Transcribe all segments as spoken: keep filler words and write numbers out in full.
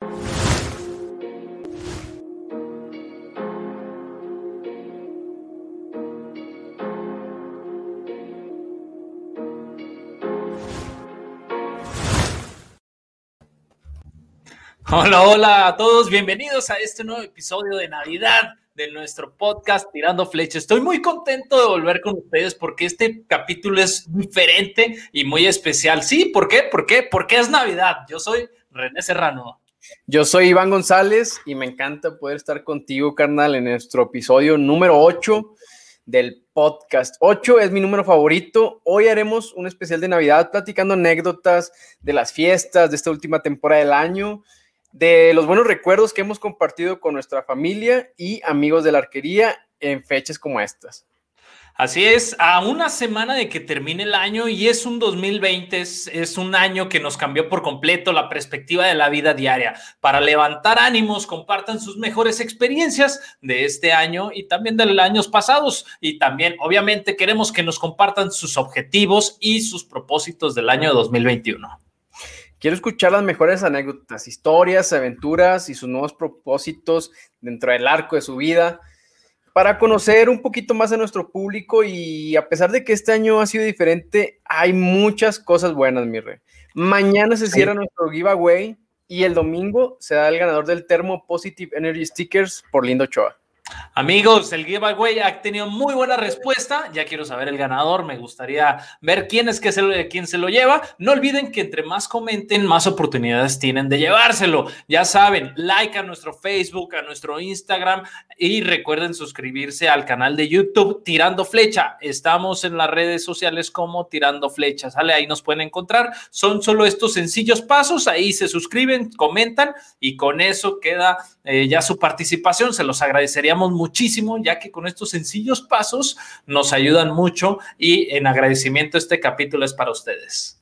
Hola, hola a todos, bienvenidos a este nuevo episodio de Navidad de nuestro podcast Tirando Flecha. Estoy muy contento de volver con ustedes porque este capítulo es diferente y muy especial. Sí, ¿por qué? ¿Por qué? Porque es Navidad. Yo soy René Serrano. Yo soy Iván González y me encanta poder estar contigo, carnal, en nuestro episodio número ocho del podcast. ocho es mi número favorito. Hoy haremos un especial de Navidad platicando anécdotas de las fiestas de esta última temporada del año, de los buenos recuerdos que hemos compartido con nuestra familia y amigos de la arquería en fechas como estas. Así es, a una semana de que termine el año y es un dos mil veinte, es, es un año que nos cambió por completo la perspectiva de la vida diaria. Para levantar ánimos, compartan sus mejores experiencias de este año y también de los años pasados. Y también, obviamente, queremos que nos compartan sus objetivos y sus propósitos del año dos mil veintiuno. Quiero escuchar las mejores anécdotas, historias, aventuras y sus nuevos propósitos dentro del arco de su vida para conocer un poquito más a nuestro público. Y a pesar de que este año ha sido diferente, hay muchas cosas buenas, mi rey. Mañana se cierra sí. nuestro giveaway y el domingo se da el ganador del termo Positive Energy Stickers por Lindo Ochoa. Amigos, el giveaway ha tenido muy buena respuesta. Ya quiero saber el ganador. Me gustaría ver quién es que se lo, quién se lo lleva. No olviden que entre más comenten, más oportunidades tienen de llevárselo. Ya saben, like a nuestro Facebook, a nuestro Instagram y recuerden suscribirse al canal de YouTube Tirando Flecha. Estamos en las redes sociales como Tirando Flecha. ¿Sale? Ahí nos pueden encontrar. Son solo estos sencillos pasos. Ahí se suscriben, comentan y con eso queda eh, ya su participación. Se los agradeceríamos muchísimo, ya que con estos sencillos pasos nos ayudan mucho y en agradecimiento este capítulo es para ustedes.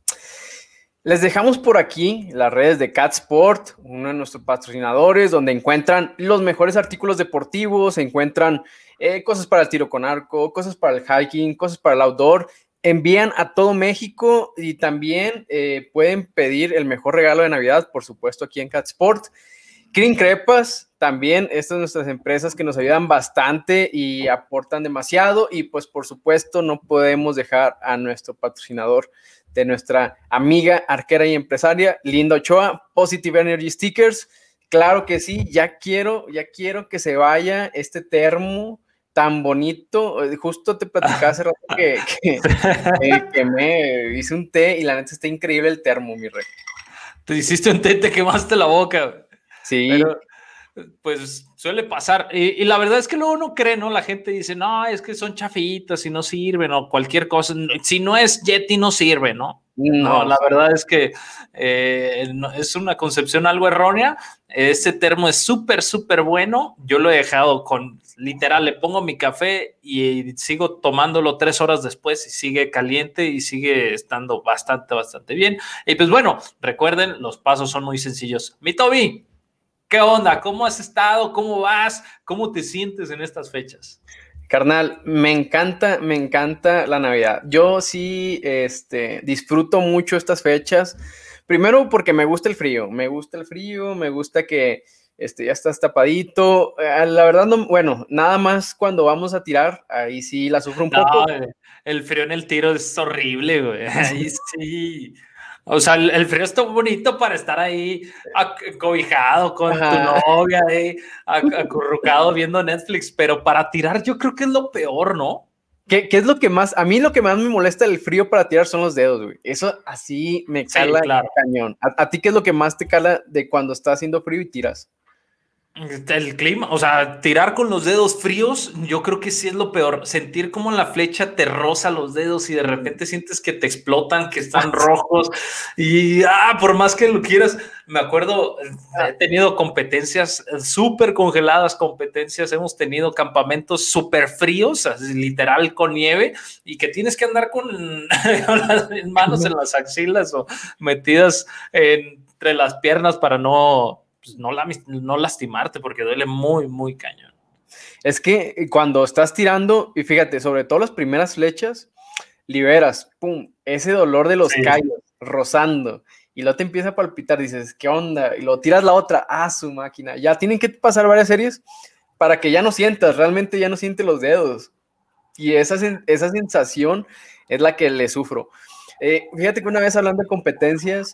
Les dejamos por aquí las redes de Cat Sport, uno de nuestros patrocinadores, donde encuentran los mejores artículos deportivos, encuentran eh, cosas para el tiro con arco, cosas para el hiking, cosas para el outdoor. Envían a todo México y también eh, pueden pedir el mejor regalo de Navidad, por supuesto, aquí en Cat Sport. Green Crepas, también estas son nuestras empresas que nos ayudan bastante y aportan demasiado. Y pues por supuesto no podemos dejar a nuestro patrocinador de nuestra amiga arquera y empresaria, Lindo Ochoa, Positive Energy Stickers. Claro que sí, ya quiero, ya quiero que se vaya este termo tan bonito. Justo te platicaba hace rato que, que, que, que me hice un té y la neta está increíble el termo, mi rey. Te hiciste un té, te quemaste la boca. Sí. Pero, pues suele pasar. Y, y la verdad es que luego no cree, ¿no? La gente dice, no, es que son chafitas y no sirven o cualquier cosa. Si no es Yeti, no sirve, ¿no? No, no la verdad es que eh, no, es una concepción algo errónea. Este termo es súper, súper bueno. Yo lo he dejado con, literal, le pongo mi café y sigo tomándolo tres horas después y sigue caliente y sigue estando bastante, bastante bien. Y pues bueno, recuerden, los pasos son muy sencillos. Mi Toby, ¿qué onda? ¿Cómo has estado? ¿Cómo vas? ¿Cómo te sientes en estas fechas? Carnal, me encanta, me encanta la Navidad. Yo sí este, disfruto mucho estas fechas. Primero porque me gusta el frío, me gusta el frío, me gusta que este, ya estás tapadito. Eh, la verdad, no, bueno, nada más cuando vamos a tirar, ahí sí la sufro un no, poco. El frío en el tiro es horrible, güey. Ahí sí. O sea, el, el frío está bonito para estar ahí acobijado con Ajá. tu novia, ahí, acurrucado viendo Netflix, pero para tirar yo creo que es lo peor, ¿no? ¿Qué, ¿Qué es lo que más, a mí lo que más me molesta del frío para tirar son los dedos, güey? Eso así me cala sí, claro. cañón. ¿A, ¿A ti qué es lo que más te cala de cuando está haciendo frío y tiras? El clima, o sea, tirar con los dedos fríos, yo creo que sí es lo peor. Sentir como la flecha te roza los dedos y de repente sientes que te explotan, que están rojos y ah, por más que lo quieras, me acuerdo, he tenido competencias súper congeladas, competencias, hemos tenido campamentos súper fríos, así, literal con nieve y que tienes que andar con, con las manos en las axilas o metidas entre las piernas para no... Pues no, la, no lastimarte porque duele muy, muy cañón. Es que cuando estás tirando, y fíjate, sobre todo las primeras flechas, liberas, pum, ese dolor de los sí. callos, rozando, y luego te empieza a palpitar, dices, ¿qué onda? Y lo tiras la otra, ah, su máquina. Ya tienen que pasar varias series para que ya no sientas, realmente ya no sientes los dedos. Y esa, esa sensación es la que le sufro. Eh, fíjate que una vez hablando de competencias,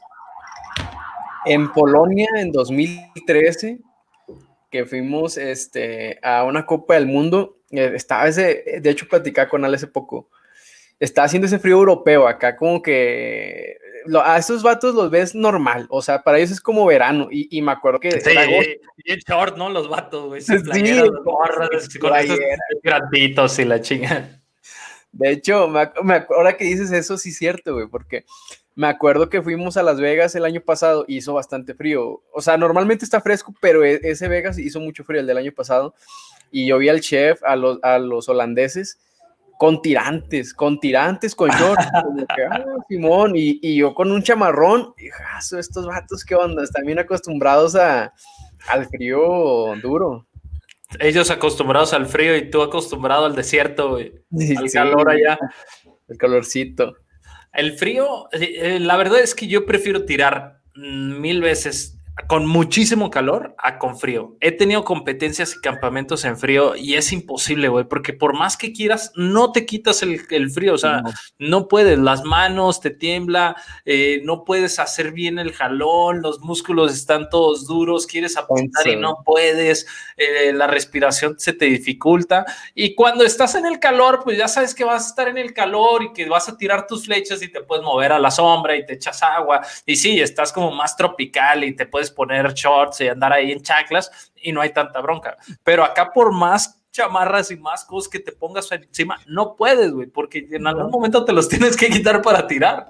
en Polonia en dos mil trece, que fuimos este, a una Copa del Mundo, eh, estaba ese, de hecho platicaba con él hace poco, está haciendo ese frío europeo acá, como que lo, a esos vatos los ves normal, o sea, para ellos es como verano, y, y me acuerdo que sí, era agosto. Y en short, ¿no? Los vatos, güey, sin playera, sí, los gorras, con esos gratitos y la chinga. De hecho, me, me, ahora que dices eso, sí es cierto, güey, porque me acuerdo que fuimos a Las Vegas el año pasado y hizo bastante frío, o sea, normalmente está fresco, pero ese Vegas hizo mucho frío, el del año pasado, y yo vi al chef, a los, a los holandeses, con tirantes, con tirantes, con shorts, como que, ah, Simón, y, y yo con un chamarrón, y ah, estos vatos, ¿qué onda? Están bien acostumbrados a, al frío duro. Ellos acostumbrados al frío y tú acostumbrado al desierto, güey, sí, al sí, calor allá. El calorcito. El frío, eh, la verdad es que yo prefiero tirar mil veces con muchísimo calor a con frío. He tenido competencias y campamentos en frío y es imposible, güey, porque por más que quieras, no te quitas el, el frío, o sea, no. no puedes, las manos te tiembla, eh, no puedes hacer bien el jalón, los músculos están todos duros, quieres apuntar y no puedes, eh, la respiración se te dificulta, y cuando estás en el calor, pues ya sabes que vas a estar en el calor y que vas a tirar tus flechas y te puedes mover a la sombra y te echas agua, y sí, estás como más tropical y te puedes poner shorts y andar ahí en chanclas y no hay tanta bronca, pero acá por más chamarras y más cosas que te pongas encima, no puedes, güey, porque en algún momento te los tienes que quitar para tirar.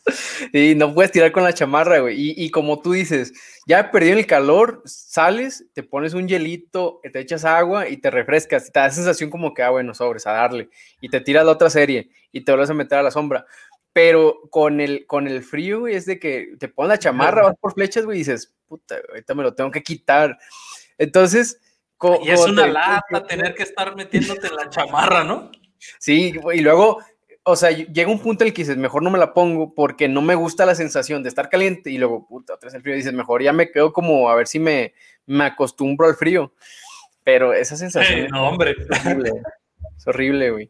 Y no puedes tirar con la chamarra, güey, y, y como tú dices, ya perdido el calor, sales, te pones un hielito, te echas agua y te refrescas, te da sensación como que, ah, bueno, sobres, a darle, y te tiras la otra serie y te vuelves a meter a la sombra. Pero con el, con el frío, güey, es de que te pones la chamarra, vas por flechas, güey, y dices, puta, ahorita me lo tengo que quitar. Entonces... Y es una te... lata tener que estar metiéndote en la chamarra, ¿no? Sí, y luego, o sea, llega un punto en el que dices, mejor no me la pongo porque no me gusta la sensación de estar caliente, y luego, puta, otra vez el frío, y dices, mejor ya me quedo como a ver si me, me acostumbro al frío. Pero esa sensación... Hey, no, hombre. Es horrible, es horrible, güey.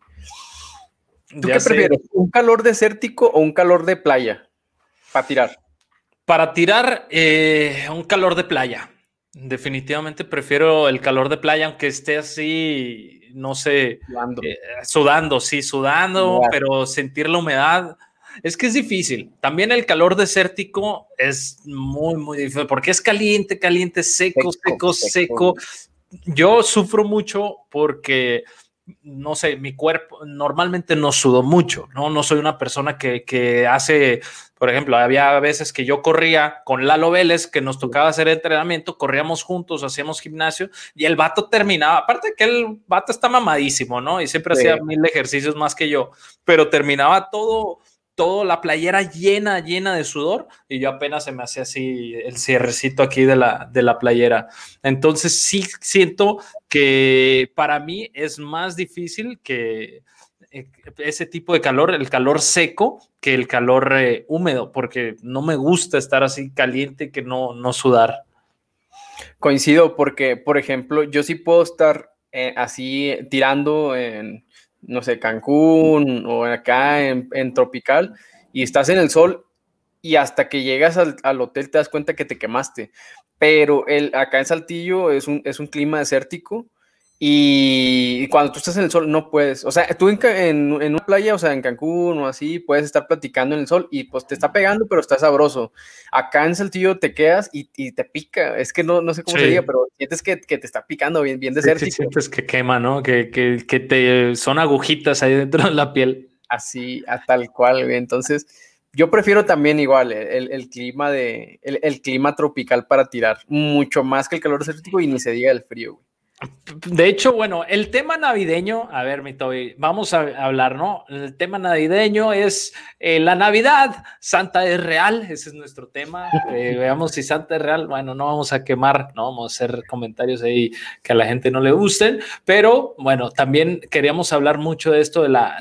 ¿Tú ya qué sé. prefieres? ¿Un calor desértico o un calor de playa para tirar? Para tirar, eh, un calor de playa. Definitivamente prefiero el calor de playa, aunque esté así, no sé, sudando, eh, sudando sí, sudando, humedad. Pero sentir la humedad es que es difícil. También el calor desértico es muy, muy difícil, porque es caliente, caliente, seco, seco, seco. seco. Yo sufro mucho porque... no sé, mi cuerpo normalmente no sudo mucho, ¿no? No soy una persona que, que hace, por ejemplo, había veces que yo corría con Lalo Vélez, que nos tocaba hacer entrenamiento, corríamos juntos, hacíamos gimnasio, y el vato terminaba, aparte que el vato está mamadísimo, ¿no? Y siempre sí. hacía mil ejercicios más que yo, pero terminaba todo... toda la playera llena, llena de sudor, y yo apenas se me hacía así el cierrecito aquí de la, de la playera. Entonces sí siento que para mí es más difícil que ese tipo de calor, el calor seco, que el calor eh, húmedo, porque no me gusta estar así caliente que no, no sudar. Coincido, porque, por ejemplo, yo sí puedo estar eh, así tirando en... no sé, Cancún o acá en, en tropical, y estás en el sol y hasta que llegas al, al hotel te das cuenta que te quemaste, pero el, acá en Saltillo es un, es un clima desértico, y, y cuando tú estás en el sol no puedes, o sea, tú en, en, en una playa, o sea, en Cancún o así, puedes estar platicando en el sol y pues te está pegando, pero está sabroso. Acá en Saltillo te quedas y, y te pica, es que no, no sé cómo sí. se diga, pero sientes que, que te está picando bien, bien desértico. Sí, sientes que quema, ¿no? Que, que, que te son agujitas ahí dentro de la piel. Así, a tal cual, güey. Entonces, yo prefiero también igual el, el clima de el, el clima tropical para tirar, mucho más que el calor desértico, y ni se diga el frío, güey. De hecho, bueno, el tema navideño, a ver, mi Toby, vamos a hablar, ¿no? El tema navideño es eh, la Navidad, Santa es real, ese es nuestro tema. Eh, veamos si Santa es real. Bueno, no vamos a quemar, no vamos a hacer comentarios ahí que a la gente no le gusten, pero bueno, también queríamos hablar mucho de esto, de, la,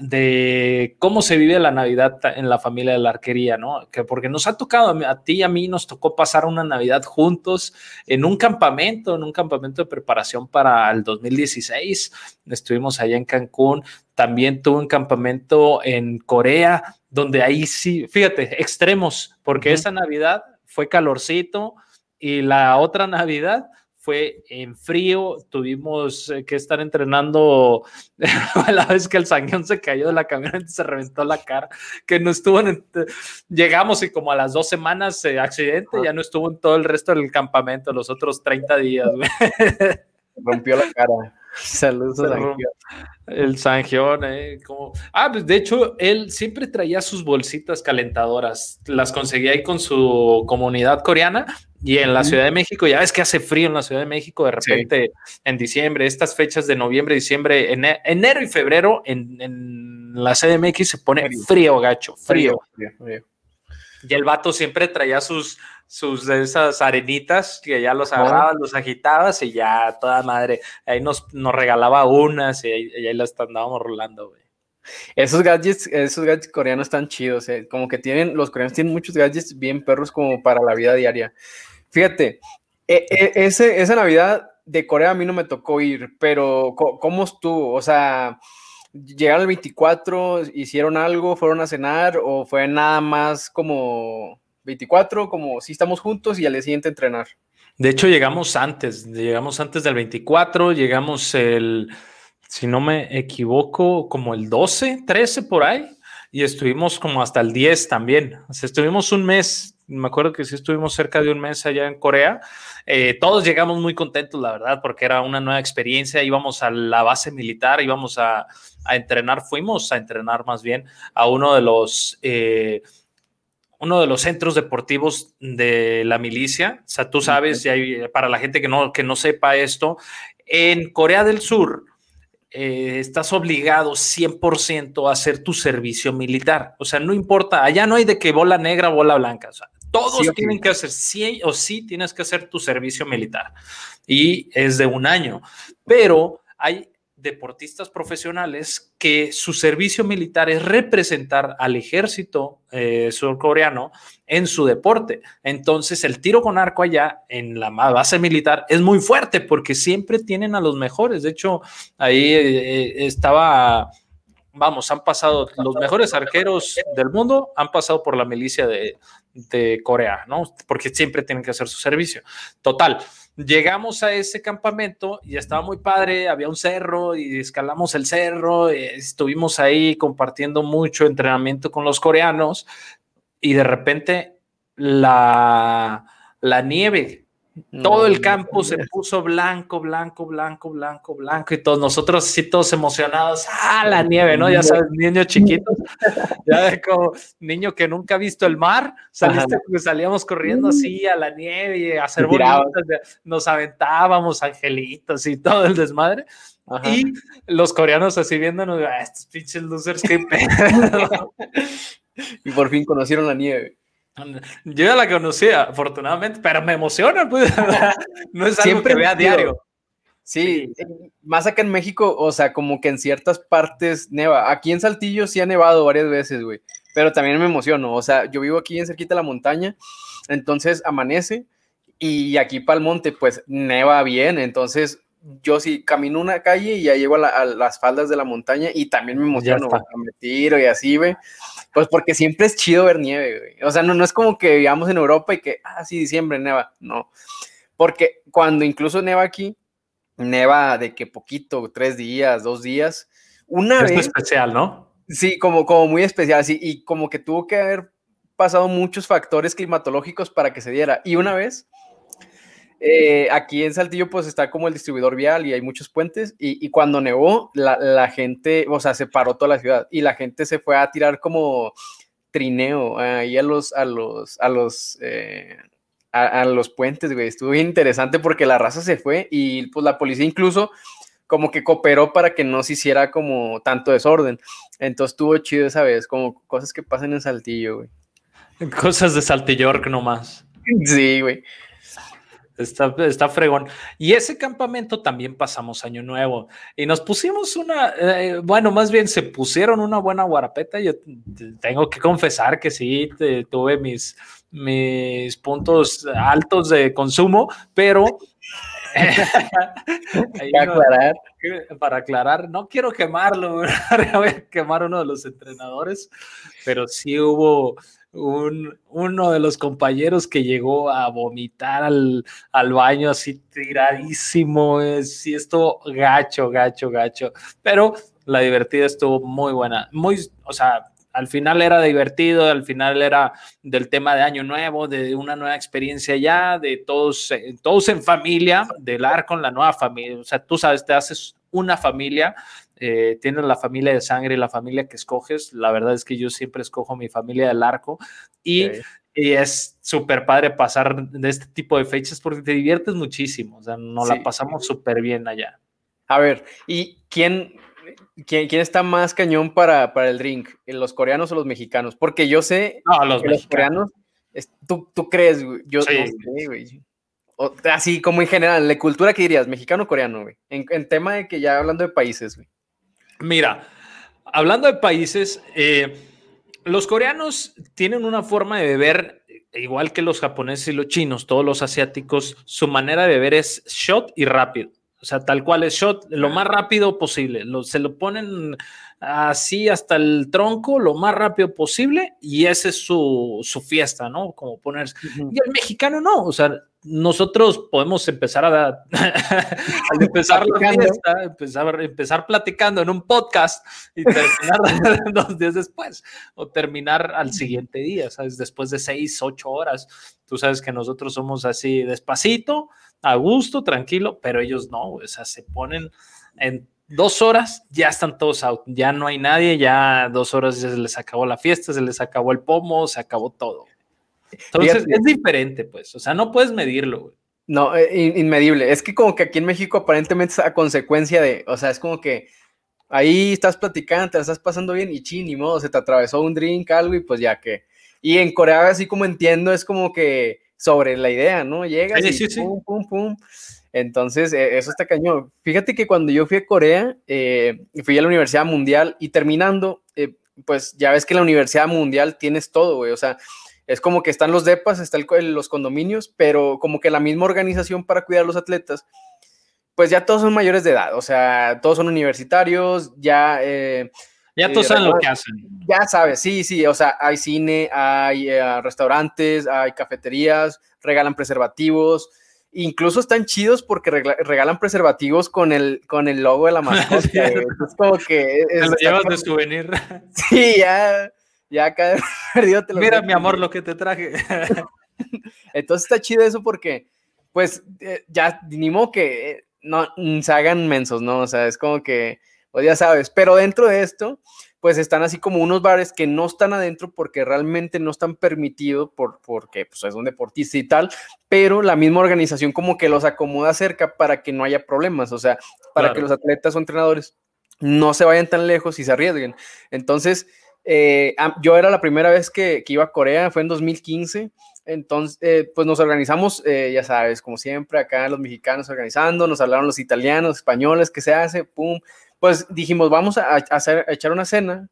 de cómo se vive la Navidad en la familia de la arquería, ¿no? Que porque nos ha tocado, a ti y a mí nos tocó pasar una Navidad juntos en un campamento, en un campamento de preparación para el dos mil dieciséis, estuvimos allá en Cancún, también tuve un campamento en Corea, donde ahí sí, fíjate, extremos, porque uh-huh. esa Navidad fue calorcito y la otra Navidad fue en frío, tuvimos que estar entrenando a la vez que el Sangyón se cayó de la camioneta, se reventó la cara, que no estuvo en, llegamos y como a las dos semanas de accidente, ya no estuvo en todo el resto del campamento, los otros treinta días, güey. Rompió la cara. Saludos a Sangyón. El Sangyón, eh, como... Ah, pues de hecho, él siempre traía sus bolsitas calentadoras, las conseguía ahí con su comunidad coreana y en la Ciudad de México, ya ves que hace frío en la Ciudad de México, de repente sí. En diciembre, estas fechas de noviembre, diciembre, ene- enero y febrero, en, en la C D M X se pone frío, frío gacho, frío. Frío, frío, frío. Y el vato siempre traía sus, sus de esas arenitas que ya los agarrabas, los agitabas y ya toda madre, ahí nos, nos regalaba unas y ahí, y ahí las andábamos rolando, güey. Esos gadgets, esos gadgets coreanos están chidos, eh. Como que tienen, los coreanos tienen muchos gadgets bien perros como para la vida diaria. Fíjate, e, e, ese, esa Navidad de Corea a mí no me tocó ir, pero ¿cómo estuvo? O sea, ¿llegaron el veinticuatro, hicieron algo, fueron a cenar o fue nada más como veinticuatro, como si estamos juntos y al día siguiente entrenar? De hecho, llegamos antes, llegamos antes del veinticuatro, llegamos el, si no me equivoco, como el doce, trece por ahí, y estuvimos como hasta el diez también. O sea, estuvimos un mes, me acuerdo que sí estuvimos cerca de un mes allá en Corea. Eh, todos llegamos muy contentos, la verdad, porque era una nueva experiencia. Íbamos a la base militar, íbamos a, a entrenar, fuimos a entrenar más bien a uno de los... Eh, uno de los centros deportivos de la milicia. O sea, tú sabes, y hay, para la gente que no, que no sepa esto, en Corea del Sur eh, estás obligado cien por ciento a hacer tu servicio militar. O sea, no importa, allá no hay de que bola negra, bola blanca. O sea, todos sí, tienen sí. que hacer, sí o sí tienes que hacer tu servicio militar. Y es de un año. Pero hay deportistas profesionales que su servicio militar es representar al ejército eh, surcoreano en su deporte. Entonces el tiro con arco allá en la base militar es muy fuerte porque siempre tienen a los mejores. De hecho, ahí eh, estaba, vamos, han pasado los mejores arqueros del mundo, han pasado por la milicia de, de Corea, ¿no? Porque siempre tienen que hacer su servicio. Total. Llegamos a ese campamento y estaba muy padre, había un cerro y escalamos el cerro, estuvimos ahí compartiendo mucho entrenamiento con los coreanos y de repente la, la nieve, todo el campo se puso blanco, blanco, blanco, blanco, blanco y todos nosotros sí todos emocionados, ah, la nieve, ¿no? Ya sabes, niños chiquitos, ya como niño que nunca ha visto el mar, saliste, pues, salíamos corriendo así a la nieve y a hacer bolitas, nos aventábamos angelitos y todo el desmadre. Ajá. Y los coreanos así viéndonos, ah, estos pinches losers, qué pedo. Y por fin conocieron la nieve. Yo ya la conocía, afortunadamente, pero me emociona, pues. No es algo Siempre que vea diario. Sí, sí, más acá en México, o sea, como que en ciertas partes neva. Aquí en Saltillo sí ha nevado varias veces, güey, pero también me emociono. O sea, yo vivo aquí en cerquita de la montaña, entonces amanece y aquí para el monte, pues neva bien. Entonces yo sí camino una calle y ya llego a, la, a las faldas de la montaña y también me emociono, güey, me tiro y así, güey. Pues porque siempre es chido ver nieve, güey. O sea, no, no es como que vivamos en Europa y que, ah, sí, diciembre neva. No, porque cuando incluso neva aquí, neva de que poquito, tres días, dos días. Una Esto vez... es especial, ¿no? Sí, como, como muy especial, sí, y como que tuvo que haber pasado muchos factores climatológicos para que se diera. Y una vez, eh, aquí en Saltillo, pues está como el distribuidor vial y hay muchos puentes, y, y cuando nevó, la, la gente, o sea, se paró toda la ciudad, y la gente se fue a tirar como trineo ahí a los, a los, a los, eh, a, a los puentes, güey. Estuvo bien interesante porque la raza se fue y pues la policía incluso como que cooperó para que no se hiciera como tanto desorden. Entonces estuvo chido esa vez, como cosas que pasan en Saltillo, güey. Cosas de Saltillork nomás. Sí, güey. Está, está fregón. Y ese campamento también pasamos Año Nuevo y nos pusimos una, eh, bueno, más bien se pusieron una buena guarapeta. Yo tengo que confesar que sí, te, tuve mis, mis puntos altos de consumo, pero... para no, aclarar. Para aclarar, no quiero quemarlo, voy a quemar a uno de los entrenadores, pero sí hubo un, uno de los compañeros que llegó a vomitar al, al baño así tiradísimo, sí estuvo gacho, gacho, gacho, pero la divertida estuvo muy buena, muy, o sea, al final era divertido, al final era del tema de Año Nuevo, de una nueva experiencia ya, de todos, todos en familia, del arco en la nueva familia. O sea, tú sabes, te haces una familia, eh, tienes la familia de sangre y la familia que escoges. La verdad es que yo siempre escojo mi familia del arco y, okay. y es súper padre pasar de este tipo de fechas porque te diviertes muchísimo. O sea, nos sí. la pasamos súper bien allá. A ver, ¿y quién... ¿Quién, ¿Quién está más cañón para, para el drink? ¿Los coreanos o los mexicanos? Porque yo sé no, los que mexicanos. Los coreanos, es, ¿tú, ¿tú crees, güey? Yo sí. no sé, güey. O, así como en general, ¿la cultura qué dirías? ¿Mexicano o coreano, güey? En, en tema de que ya hablando de países, güey. Mira, hablando de países, eh, los coreanos tienen una forma de beber igual que los japoneses y los chinos, todos los asiáticos, su manera de beber es shot y rápido. O sea, tal cual es shot, lo más rápido posible. Lo, se lo ponen así hasta el tronco, lo más rápido posible, y esa es su, su fiesta, ¿no? Como ponerse. Uh-huh. Y el mexicano no, o sea, nosotros podemos empezar a, al empezar la fiesta, empezar, empezar platicando en un podcast y terminar dos días después, o terminar al siguiente día, ¿sabes? Después de seis, ocho horas. Tú sabes que nosotros somos así despacito, a gusto, tranquilo, pero ellos no, o sea, se ponen en dos horas, ya están todos out, ya no hay nadie, ya dos horas ya se les acabó la fiesta, se les acabó el pomo, se acabó todo. Entonces, Fíjate. es diferente, pues, o sea, no puedes medirlo, güey. No, eh, inmedible, es que como que aquí en México aparentemente es a consecuencia de, o sea, es como que ahí estás platicando, te la estás pasando bien y chin, ni modo, se te atravesó un drink, algo y pues ya que, y en Corea, así como entiendo, es como que sobre la idea, ¿no? Llegas sí, y sí, pum, sí. pum, pum. Entonces, eh, eso está cañón. Fíjate que cuando yo fui a Corea, eh, fui a la Universidad Mundial y terminando, eh, pues ya ves que en la Universidad Mundial tienes todo, güey. O sea, es como que están los depas, están los condominios, pero como que la misma organización para cuidar a los atletas, pues ya todos son mayores de edad. O sea, todos son universitarios, ya... Eh, Ya todos eh, saben lo que hacen. Ya sabes, sí, sí, o sea, hay cine, hay eh, restaurantes, hay cafeterías, regalan preservativos, incluso están chidos porque regla- regalan preservativos con el, con el logo de la mascota. Sí, es como que... Es, te lo llevas como... de souvenir. Sí, ya, ya cada perdido te lo... Mira, mi amor, lo que te traje. Entonces está chido eso porque, pues, eh, ya ni modo que eh, no se hagan mensos, ¿no? O sea, es como que... pues ya sabes, pero dentro de esto, pues están así como unos bares que no están adentro porque realmente no están permitidos por, porque pues es un deportista y tal, pero la misma organización como que los acomoda cerca para que no haya problemas, o sea, para claro. que los atletas o entrenadores no se vayan tan lejos y se arriesguen. Entonces, eh, yo era la primera vez que, que iba a Corea, fue en dos mil quince, entonces, eh, pues nos organizamos, eh, ya sabes, como siempre, acá los mexicanos organizando, nos hablaron los italianos, españoles, ¿qué se hace? Pum. Pues dijimos, vamos a, a, hacer, a echar una cena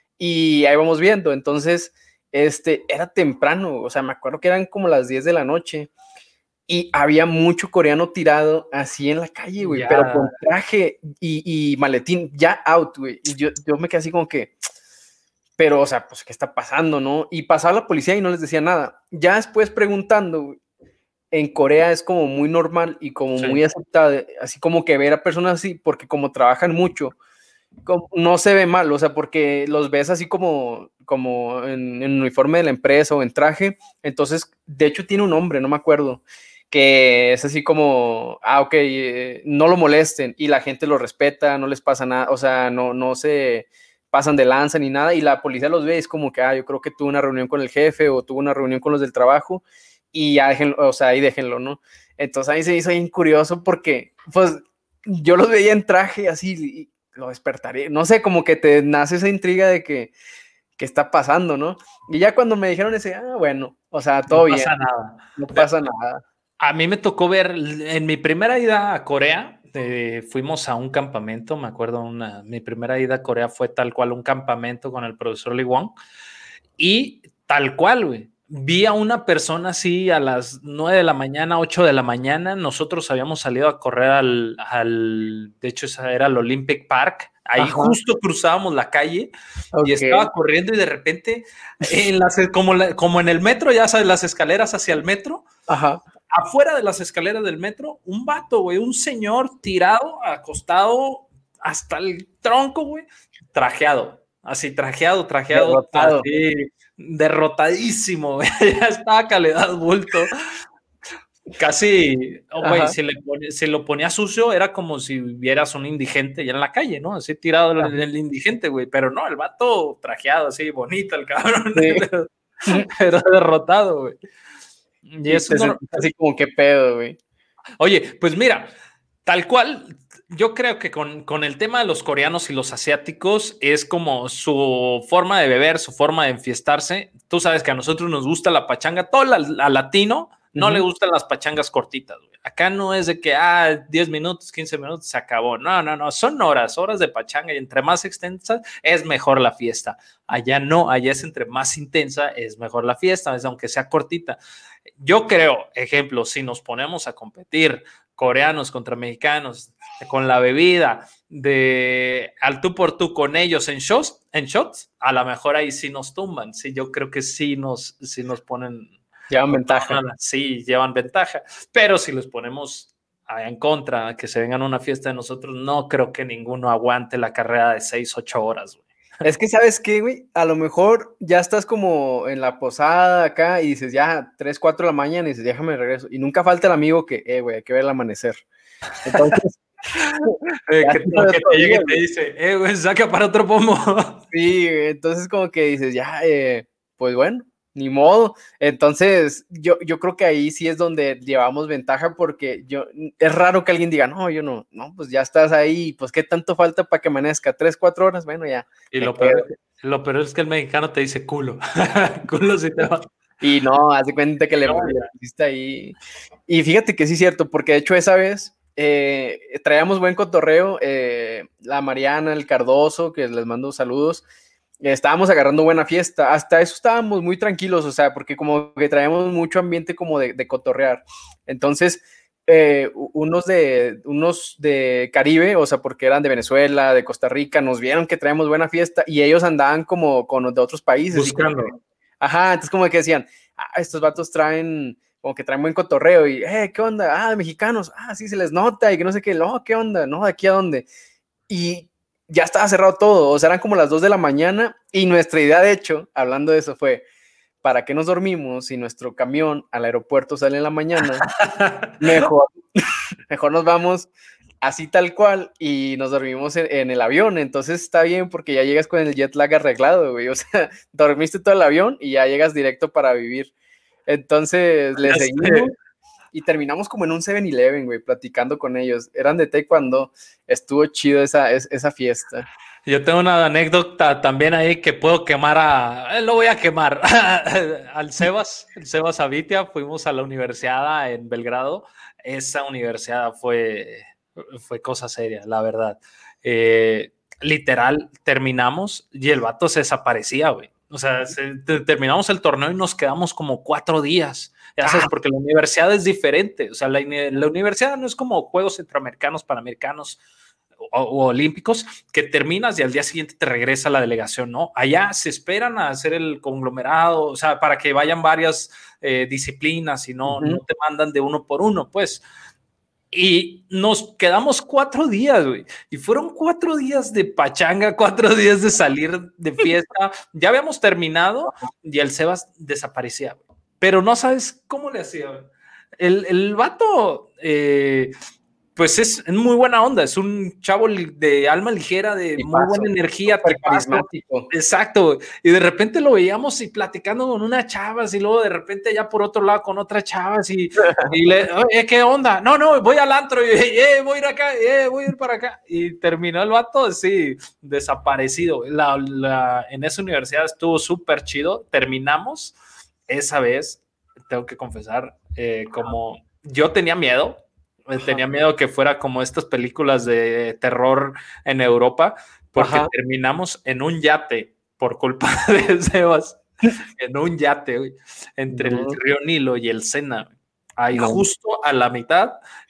y ahí vamos viendo. Entonces, este, era temprano, o sea, me acuerdo que eran como las diez de la noche y había mucho coreano tirado así en la calle, güey, yeah. pero con traje y, y maletín ya out, güey. Y yo, yo me quedé así como que, pero, o sea, pues, ¿qué está pasando, no? Y pasaba la policía y no les decía nada. Ya después preguntando, güey, en Corea es como muy normal y como sí. muy aceptado, así como que ver a personas así, porque como trabajan mucho, como, no se ve mal, o sea, porque los ves así como, como en, en uniforme de la empresa o en traje, entonces, de hecho tiene un nombre, no me acuerdo, que es así como, ah, ok, eh, no lo molesten, y la gente lo respeta, no les pasa nada, o sea, no, no se pasan de lanza ni nada, y la policía los ve, es como que, ah, yo creo que tuvo una reunión con el jefe o tuvo una reunión con los del trabajo, y ya déjenlo, o sea, ahí déjenlo, ¿no? Entonces a mí se me hizo bien curioso porque, pues, yo los veía en traje así y lo despertaré, no sé, como que te nace esa intriga de que, ¿qué está pasando, no? Y ya cuando me dijeron ese, ah, bueno, o sea, todo No bien, pasa nada. no pasa nada. A mí me tocó ver, en mi primera ida a Corea, eh, fuimos a un campamento, me acuerdo, una, mi primera ida a Corea fue tal cual un campamento con el profesor Lee Wong, y tal cual, güey. Vi a una persona así a las nueve de la mañana, ocho de la mañana. Nosotros habíamos salido a correr al, al de hecho, esa era el Olympic Park. Ahí Ajá. justo cruzábamos la calle y Okay. estaba corriendo y de repente, en las, como, la, como en el metro, ya sabes, las escaleras hacia el metro. Ajá. Afuera de las escaleras del metro, un vato, güey, un señor tirado, acostado hasta el tronco, güey, trajeado. Así, trajeado, trajeado, Derrotado. así, derrotadísimo, güey. Ya estaba calidad bulto. Casi, oh, güey, si, le pone, si lo ponía sucio, era como si vieras un indigente ya en la calle, ¿no? Así tirado el, el indigente, güey. Pero no, el vato trajeado, así, bonito, el cabrón. Sí. Pero derrotado, güey. Y, y eso no... así como qué pedo, güey. Oye, pues mira, tal cual, yo creo que con, con el tema de los coreanos y los asiáticos es como su forma de beber, su forma de enfiestarse. Tú sabes que a nosotros nos gusta la pachanga, todo la, a latino no uh-huh. le gustan las pachangas cortitas, güey. Acá no es de que, ah, diez minutos, quince minutos, se acabó. No, no, no, son horas, horas de pachanga y entre más extensas es mejor la fiesta. Allá no, allá es entre más intensa es mejor la fiesta, es aunque sea cortita. Yo creo, ejemplo, si nos ponemos a competir coreanos contra mexicanos con la bebida de al tú por tú con ellos en shots, en shots, a lo mejor ahí sí nos tumban. Sí, yo creo que sí nos, sí nos ponen... Llevan ventaja. Sí, llevan ventaja. Pero si los ponemos en contra, que se vengan a una fiesta de nosotros, no creo que ninguno aguante la carrera de seis, ocho horas, güey. Es que, ¿sabes qué, güey? A lo mejor ya estás como en la posada acá y dices, ya, tres, cuatro de la mañana y dices, déjame regreso. Y nunca falta el amigo que, eh, güey, hay que ver el amanecer. Entonces... eh, que, que te llegue y te dice, eh, güey, saca para otro pomo. Sí, entonces como que dices, ya, eh, pues bueno, ni modo. Entonces, yo, yo creo que ahí sí es donde llevamos ventaja porque yo, es raro que alguien diga, no, yo no, no, pues ya estás ahí, pues qué tanto falta para que amanezca, tres, cuatro horas, bueno, ya. Y lo peor, lo peor es que el mexicano te dice culo, culo si te va. Y no, haz de cuenta que le, no, le pusiste ahí. Y fíjate que sí es cierto, porque de hecho esa vez eh, traíamos buen cotorreo, eh, la Mariana, el Cardoso, que les mando saludos, estábamos agarrando buena fiesta, hasta eso estábamos muy tranquilos, o sea, porque como que traemos mucho ambiente como de, de cotorrear. Entonces, eh, unos, de, unos de Caribe, o sea, porque eran de Venezuela, de Costa Rica, nos vieron que traíamos buena fiesta y ellos andaban como con los de otros países. Buscando. Que, ajá, entonces como que decían, ah, estos vatos traen, como que traen buen cotorreo y, eh, ¿qué onda? Ah, mexicanos, ah, sí, se les nota y que no sé qué, no, ¿qué onda? No, ¿de aquí a dónde? Y ya estaba cerrado todo, o sea, eran como las dos de la mañana y nuestra idea, de hecho, hablando de eso fue, ¿para qué nos dormimos si nuestro camión al aeropuerto sale en la mañana? Mejor, mejor nos vamos así tal cual y nos dormimos en, en el avión, entonces está bien porque ya llegas con el jet lag arreglado, güey, o sea, dormiste todo el avión y ya llegas directo para vivir. Entonces le seguimos y terminamos como en un seven eleven, güey, platicando con ellos. Eran de taekwondo, estuvo chido esa, esa fiesta. Yo tengo una anécdota también ahí que puedo quemar a... Eh, lo voy a quemar. Al Sebas, el Sebas Avitia, fuimos a la universidad en Belgrado. Esa universidad fue, fue cosa seria, la verdad. Eh, literal, terminamos y el vato se desaparecía, güey. O sea, se, terminamos el torneo y nos quedamos como cuatro días. Ya sabes, porque la universidad es diferente. O sea, la, la universidad no es como Juegos Centroamericanos, Panamericanos o, o olímpicos, que terminas y al día siguiente te regresa la delegación, ¿no? Allá se esperan a hacer el conglomerado, o sea, para que vayan varias eh, disciplinas y no, uh-huh. no te mandan de uno por uno, pues. Y nos quedamos cuatro días, güey. Y fueron cuatro días de pachanga, cuatro días de salir de fiesta. Ya habíamos terminado y el Sebas desaparecía, güey. Pero no sabes cómo le hacía, güey. El, el vato... Eh, Pues es muy buena onda, es un chavo de alma ligera, de tipazo, muy buena energía, carismático. Exacto, y de repente lo veíamos y platicando con unas chavas y luego de repente ya por otro lado con otras chavas y, y le, oye, ¿qué onda? No, no, voy al antro y eh, voy a ir acá, eh, voy a ir para acá. Y terminó el vato así, desaparecido. La, la, en esa universidad estuvo súper chido, terminamos esa vez, tengo que confesar, eh, como yo tenía miedo, tenía miedo que fuera como estas películas de terror en Europa, porque Ajá. terminamos en un yate por culpa de Sebas, en un yate, güey, entre no. el río Nilo y el Sena, ahí no. justo a la mitad,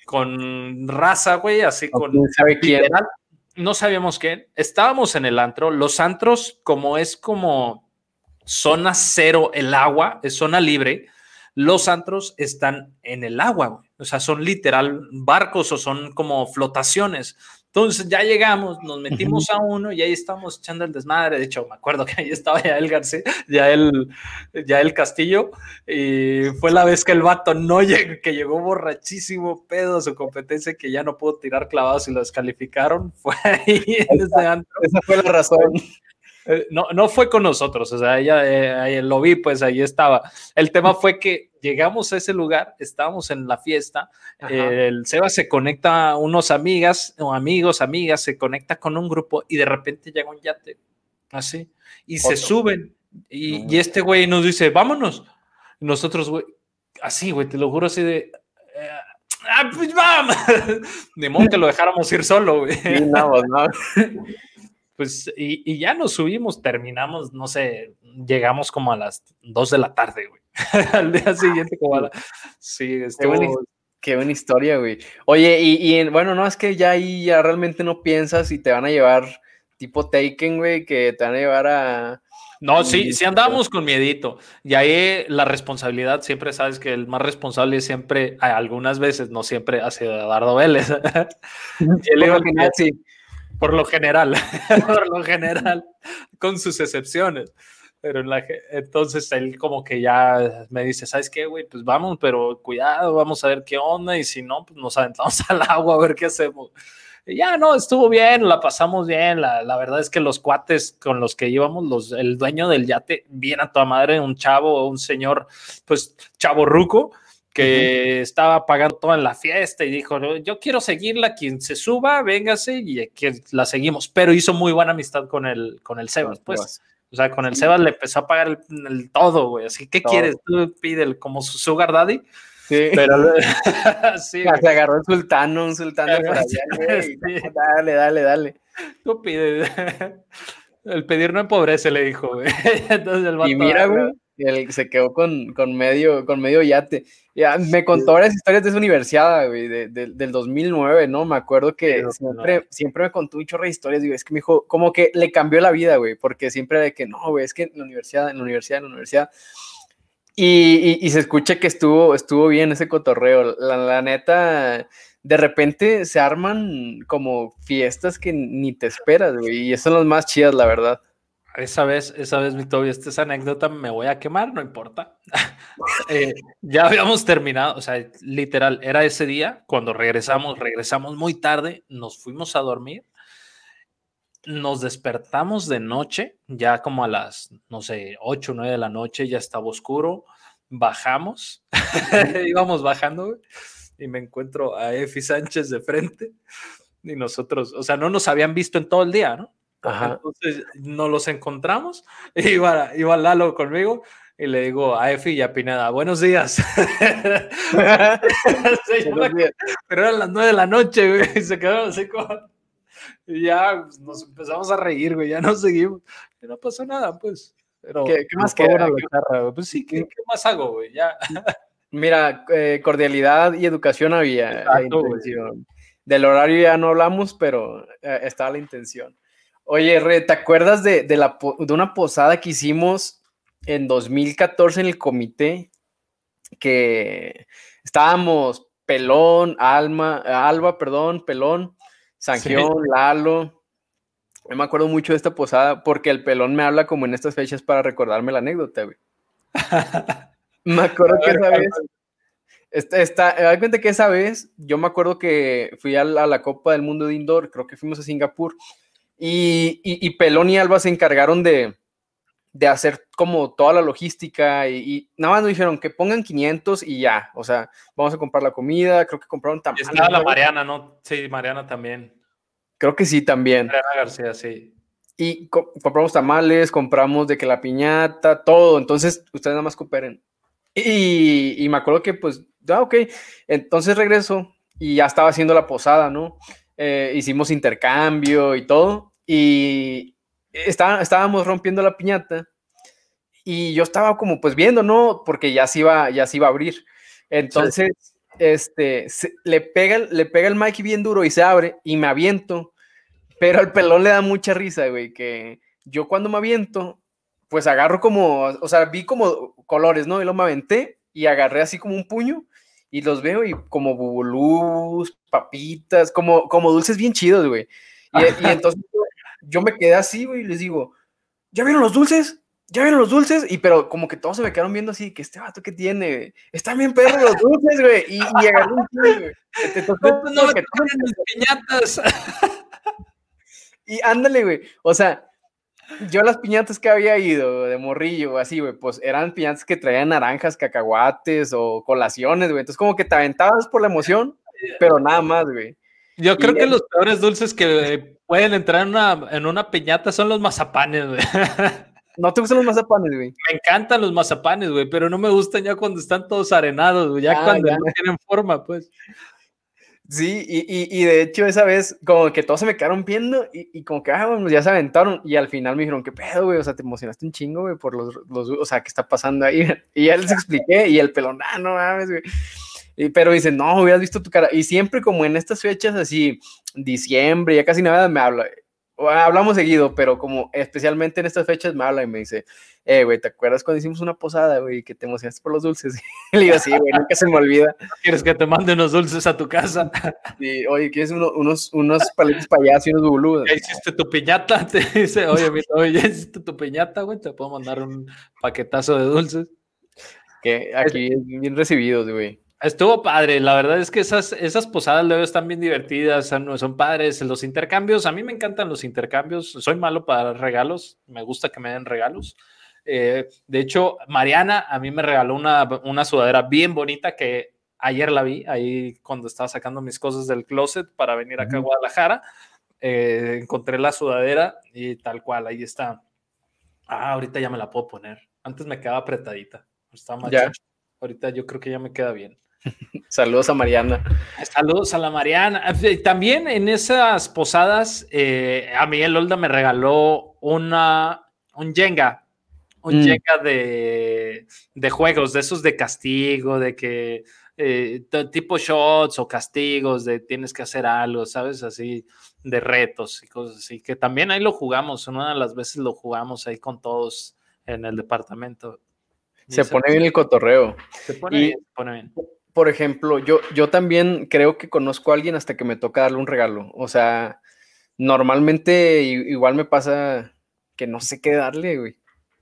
con raza, güey, así con... ¿Quién sabe quién? Literal, no sabíamos quién, estábamos en el antro, los antros como es como zona cero el agua, es zona libre, los antros están en el agua, güey. O sea, son literal barcos o son como flotaciones. Entonces ya llegamos, nos metimos uh-huh. a uno y ahí estamos echando el desmadre. De hecho, me acuerdo que ahí estaba ya el García, ya el, ya el Castillo, y fue la vez que el vato no llegó, que llegó borrachísimo, pedo a su competencia, que ya no pudo tirar clavados y lo descalificaron. Fue ahí en esa, ese antro. Esa fue la razón. No, no fue con nosotros, o sea, ella eh, lo vi, pues ahí estaba. El tema fue que llegamos a ese lugar, estábamos en la fiesta, eh, el Seba se conecta a unos amigas, o amigos, amigas, se conecta con un grupo y de repente llega un yate, así, y Otro. se suben, y, no. y este güey nos dice, vámonos. Y nosotros, güey, así, güey, te lo juro, así de... Eh, ¡ah, pues vamos! Ni modo que lo dejáramos ir solo, güey. Sí, no, no. Pues, y, y ya nos subimos, terminamos, no sé, llegamos como a las dos de la tarde, güey. Al día siguiente, como a la... Sí, estuvo... Qué buena, qué buena historia, güey. Oye, y, y en, bueno, no, es que ya ahí ya realmente no piensas y te van a llevar tipo Taken, güey, que te van a llevar a... No, sí, sí andábamos con miedito. Y ahí la responsabilidad, siempre sabes que el más responsable siempre, algunas veces, no siempre, ha sido Eduardo Vélez. Y él iba final, sí. Por lo general, por lo general, con sus excepciones. Pero en la, entonces él como que ya me dice, ¿sabes qué, güey? Pues vamos, pero cuidado, vamos a ver qué onda. Y si no, pues nos aventamos al agua a ver qué hacemos. Y ya, no, estuvo bien, la pasamos bien. La, la verdad es que los cuates con los que íbamos, los, el dueño del yate, bien a toda madre, un chavo, un señor, pues chavo ruco, que uh-huh. estaba pagando todo en la fiesta y dijo, yo quiero seguirla, quien se suba, véngase y aquí la seguimos, pero hizo muy buena amistad con el, con el Sebas, pues, o sea, con el Sebas le empezó a pagar el, el todo, güey, así, ¿qué todo. quieres? Tú pide como su sugar daddy, sí, pero sí, se agarró el sultano, un sultano por allá, güey, sí. dale, dale, dale, tú pide, el pedir no empobrece, le dijo, güey, entonces el vato, y mira, güey, él se quedó con, con, medio, con medio yate. Ya, me contó varias historias de esa universidad, güey, de, de, del dos mil nueve, ¿no? Me acuerdo que sí, siempre, no. siempre me contó un chorro de historias, digo, es que me dijo, como que le cambió la vida, güey, porque siempre de que, no, güey, es que en la universidad, en la universidad, en la universidad, y, y, y se escucha que estuvo, estuvo bien ese cotorreo, la, la neta, de repente se arman como fiestas que ni te esperas, güey, y esas son las más chidas, la verdad. Esa vez, esa vez, mi Toby, esta anécdota me voy a quemar, no importa. eh, ya habíamos terminado, o sea, literal, era ese día, cuando regresamos, regresamos muy tarde, nos fuimos a dormir, nos despertamos de noche, ya como a las, no sé, ocho, nueve de la noche, ya estaba oscuro, bajamos, íbamos bajando, güey, y me encuentro a Efi Sánchez de frente, y nosotros, o sea, no nos habían visto en todo el día, ¿no? Ajá. Entonces nos los encontramos, iba, iba Lalo conmigo y le digo a Efi y a Pineda, buenos días. Sí, buenos días. Pero eran las nueve de la noche, güey, y se quedaron así como... Y ya pues, nos empezamos a reír, güey, ya nos seguimos. Y no pasó nada, pues. Pero, ¿Qué, ¿qué más queda? Guitarra, pues sí, ¿qué, ¿qué más hago, güey? Ya. Mira, eh, cordialidad y educación había. Exacto, la intención. Del horario ya no hablamos, pero eh, estaba la intención. Oye, Re, ¿te acuerdas de, de, la, de una posada que hicimos en dos mil catorce en el comité? Que estábamos Pelón, Alma, Alba, perdón, Pelón, Sangión, sí. Lalo. Yo me acuerdo mucho de esta posada porque el Pelón me habla como en estas fechas para recordarme la anécdota, güey. Me acuerdo que esa vez, Está, está, me doy cuenta que esa vez, yo me acuerdo que fui a la, a la Copa del Mundo de Indoor, creo que fuimos a Singapur, y, y, y Pelón y Alba se encargaron de, de hacer como toda la logística, y, y nada más nos dijeron que pongan quinientos y ya, o sea, vamos a comprar la comida, creo que compraron tamales. Estaba la Mariana, ¿no? Sí, Mariana también. Creo que sí, también. Mariana García, sí. Y co compramos tamales, compramos de que la piñata, todo, entonces ustedes nada más cooperen. Y, y me acuerdo que pues, ah, ok, entonces regreso y ya estaba haciendo la posada, ¿no? Eh, hicimos intercambio y todo, y está, estábamos rompiendo la piñata, y yo estaba como pues viendo, ¿no? Porque ya se iba, ya se iba a abrir. Entonces, sí. este, se, le, pega, le pega el Mikey bien duro y se abre, y me aviento, pero al Pelón le da mucha risa, güey, que yo cuando me aviento, pues agarro como, o sea, vi como colores, ¿no? Y luego me aventé y agarré así como un puño y los veo y como bubulús, papitas, como, como dulces bien chidos, güey. Y, y entonces yo, yo me quedé así, güey, y les digo, ¿ya vieron los dulces? ¿Ya vieron los dulces? Y pero como que todos se me quedaron viendo así, que este vato que tiene, están bien perros los dulces, güey. Y, y agarré un puño, güey. Entonces, no, no, que tomen mis piñatas. Y ándale, güey. O sea, yo las piñatas que había ido de morrillo, así, güey, pues eran piñatas que traían naranjas, cacahuates o colaciones, güey. Entonces, como que te aventabas por la emoción, pero nada más, güey. Yo creo y que el... los peores dulces que pueden entrar en una, en una piñata son los mazapanes, güey. ¿No te gustan los mazapanes, güey? Me encantan los mazapanes, güey, pero no me gustan ya cuando están todos arenados, güey. Ya ah, cuando ya. no tienen forma, pues. Sí, y, y, y de hecho esa vez como que todos se me quedaron viendo y, y como que, ah, bueno, ya se aventaron y al final me dijeron, ¿qué pedo, güey? O sea, te emocionaste un chingo, güey, por los, los, o sea, ¿qué está pasando ahí? Y ya les expliqué y el pelón, ah, no mames, güey. Y, pero dicen, no, hubieras visto tu cara. Y siempre como en estas fechas así, diciembre, ya casi nada me habla. Hablamos seguido, pero como especialmente en estas fechas me habla y me dice, eh, güey, ¿te acuerdas cuando hicimos una posada, güey, que te emocionaste por los dulces? Y le digo, sí, güey, nunca se me olvida. ¿Quieres que te mande unos dulces a tu casa? Sí, oye, ¿quieres uno, unos, unos paletes payasos y unos bubuludos? ¿Ya hiciste tu piñata? Te dice, oye, mira, oye, ¿ya hiciste tu piñata, güey? Te puedo mandar un paquetazo de dulces. Que aquí es bien recibidos, güey. Estuvo padre, la verdad es que esas, esas posadas luego están bien divertidas, son, son padres, los intercambios, a mí me encantan los intercambios, soy malo para regalos, me gusta que me den regalos. Eh, de hecho, Mariana a mí me regaló una, una sudadera bien bonita que ayer la vi, ahí cuando estaba sacando mis cosas del closet para venir acá a Guadalajara, eh, encontré la sudadera y tal cual, ahí está. Ah, ahorita ya me la puedo poner, antes me quedaba apretadita, estaba más ya. Ahorita yo creo que ya me queda bien. Saludos a Mariana. Saludos a la Mariana. También en esas posadas, eh, a mí el Olda me regaló una, un Jenga, un mm. Jenga de, de juegos, de esos de castigo, de que eh, tipo shots o castigos, de tienes que hacer algo, ¿sabes? Así, de retos y cosas así, que también ahí lo jugamos, una de las veces lo jugamos ahí con todos en el departamento. Se pone bien el cotorreo. Se pone y, bien, se pone bien. Por ejemplo, yo, yo también creo que conozco a alguien hasta que me toca darle un regalo. O sea, normalmente igual me pasa que no sé qué darle, güey.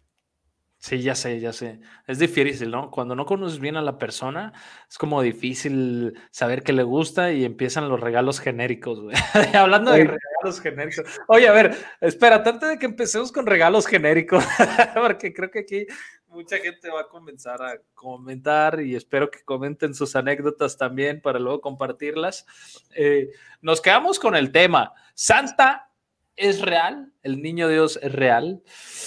Sí, ya sé, ya sé. Es difícil, ¿no? Cuando no conoces bien a la persona, es como difícil saber qué le gusta y empiezan los regalos genéricos, güey. Hablando de Oye. regalos genéricos. Oye, a ver, espera, antes de que empecemos con regalos genéricos, porque creo que aquí mucha gente va a comenzar a comentar y espero que comenten sus anécdotas también para luego compartirlas. Eh, nos quedamos con el tema. ¿Santa es real? ¿El niño Dios es real?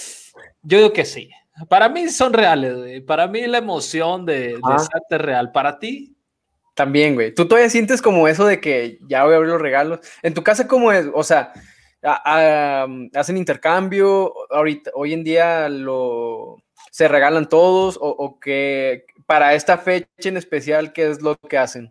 Yo digo que sí. Para mí son reales, güey. Para mí la emoción de, de ah. Santa es real. ¿Para ti? También, güey. ¿Tú todavía sientes como eso de que ya voy a abrir los regalos? ¿En tu casa cómo es? O sea, a, a, ¿hacen intercambio? Ahorita, hoy en día lo... ¿se regalan todos? ¿O, o que para esta fecha en especial qué es lo que hacen?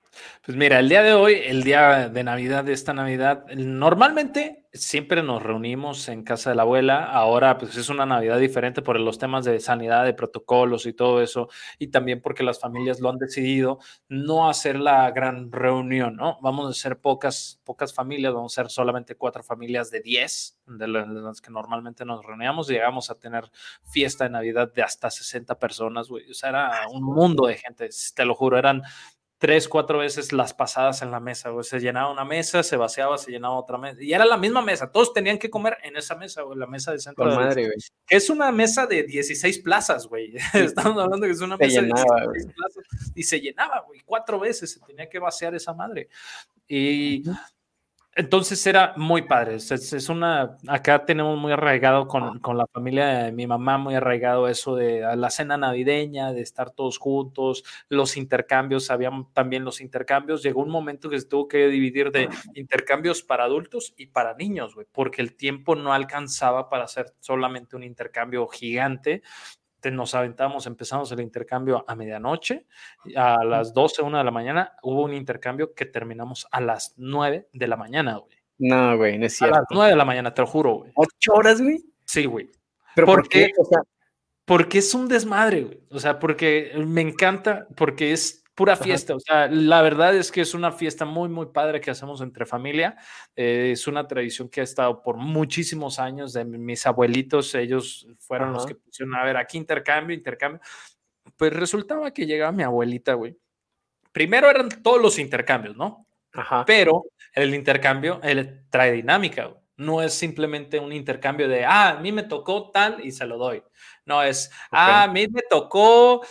Pues mira, el día de hoy, el día de Navidad, de esta Navidad, normalmente siempre nos reunimos en casa de la abuela. Ahora, pues es una Navidad diferente por los temas de sanidad, de protocolos y todo eso, y también porque las familias lo han decidido no hacer la gran reunión, ¿no? Vamos a ser pocas, pocas familias, vamos a ser solamente cuatro familias de diez, de las que normalmente nos reuníamos, y llegamos a tener fiesta de Navidad de hasta sesenta personas, güey. O sea, era un mundo de gente, te lo juro, eran tres, cuatro veces las pasadas en la mesa, güey. Se llenaba una mesa, se vaciaba, se llenaba otra mesa. Y era la misma mesa. Todos tenían que comer en esa mesa, güey, la mesa de centro. Con Del, madre, güey. que es una mesa de dieciséis plazas, güey. Sí. Estamos hablando que es una se mesa llenaba, de dieciséis plazas. Y se llenaba, güey. Cuatro veces se tenía que vaciar esa madre. Y... Uh-huh. Entonces era muy padre. Es, es una, acá tenemos muy arraigado con, con la familia de mi mamá, muy arraigado eso de la cena navideña, de estar todos juntos, los intercambios, habían también los intercambios. Llegó un momento que se tuvo que dividir de intercambios para adultos y para niños, güey, porque el tiempo no alcanzaba para hacer solamente un intercambio gigante. Nos aventamos, empezamos el intercambio a medianoche, a las doce, una de la mañana, hubo un intercambio que terminamos a las nueve de la mañana, güey. No, güey, no es cierto. A las nueve de la mañana, te lo juro, güey. ¿Ocho horas, güey? Sí, güey. ¿Pero por qué? O sea, porque es un desmadre, güey. O sea, porque me encanta, porque es pura fiesta. Ajá. O sea, la verdad es que es una fiesta muy, muy padre que hacemos entre familia. Eh, es una tradición que ha estado por muchísimos años de mis abuelitos. Ellos fueron Ajá. los que pusieron, a ver, aquí intercambio, intercambio. Pues resultaba que llegaba mi abuelita, güey. Primero eran todos los intercambios, ¿no? Ajá. Pero el intercambio él trae dinámica, güey. No es simplemente un intercambio de, ah, a mí me tocó tal y se lo doy. No, es, okay. ah, a mí me tocó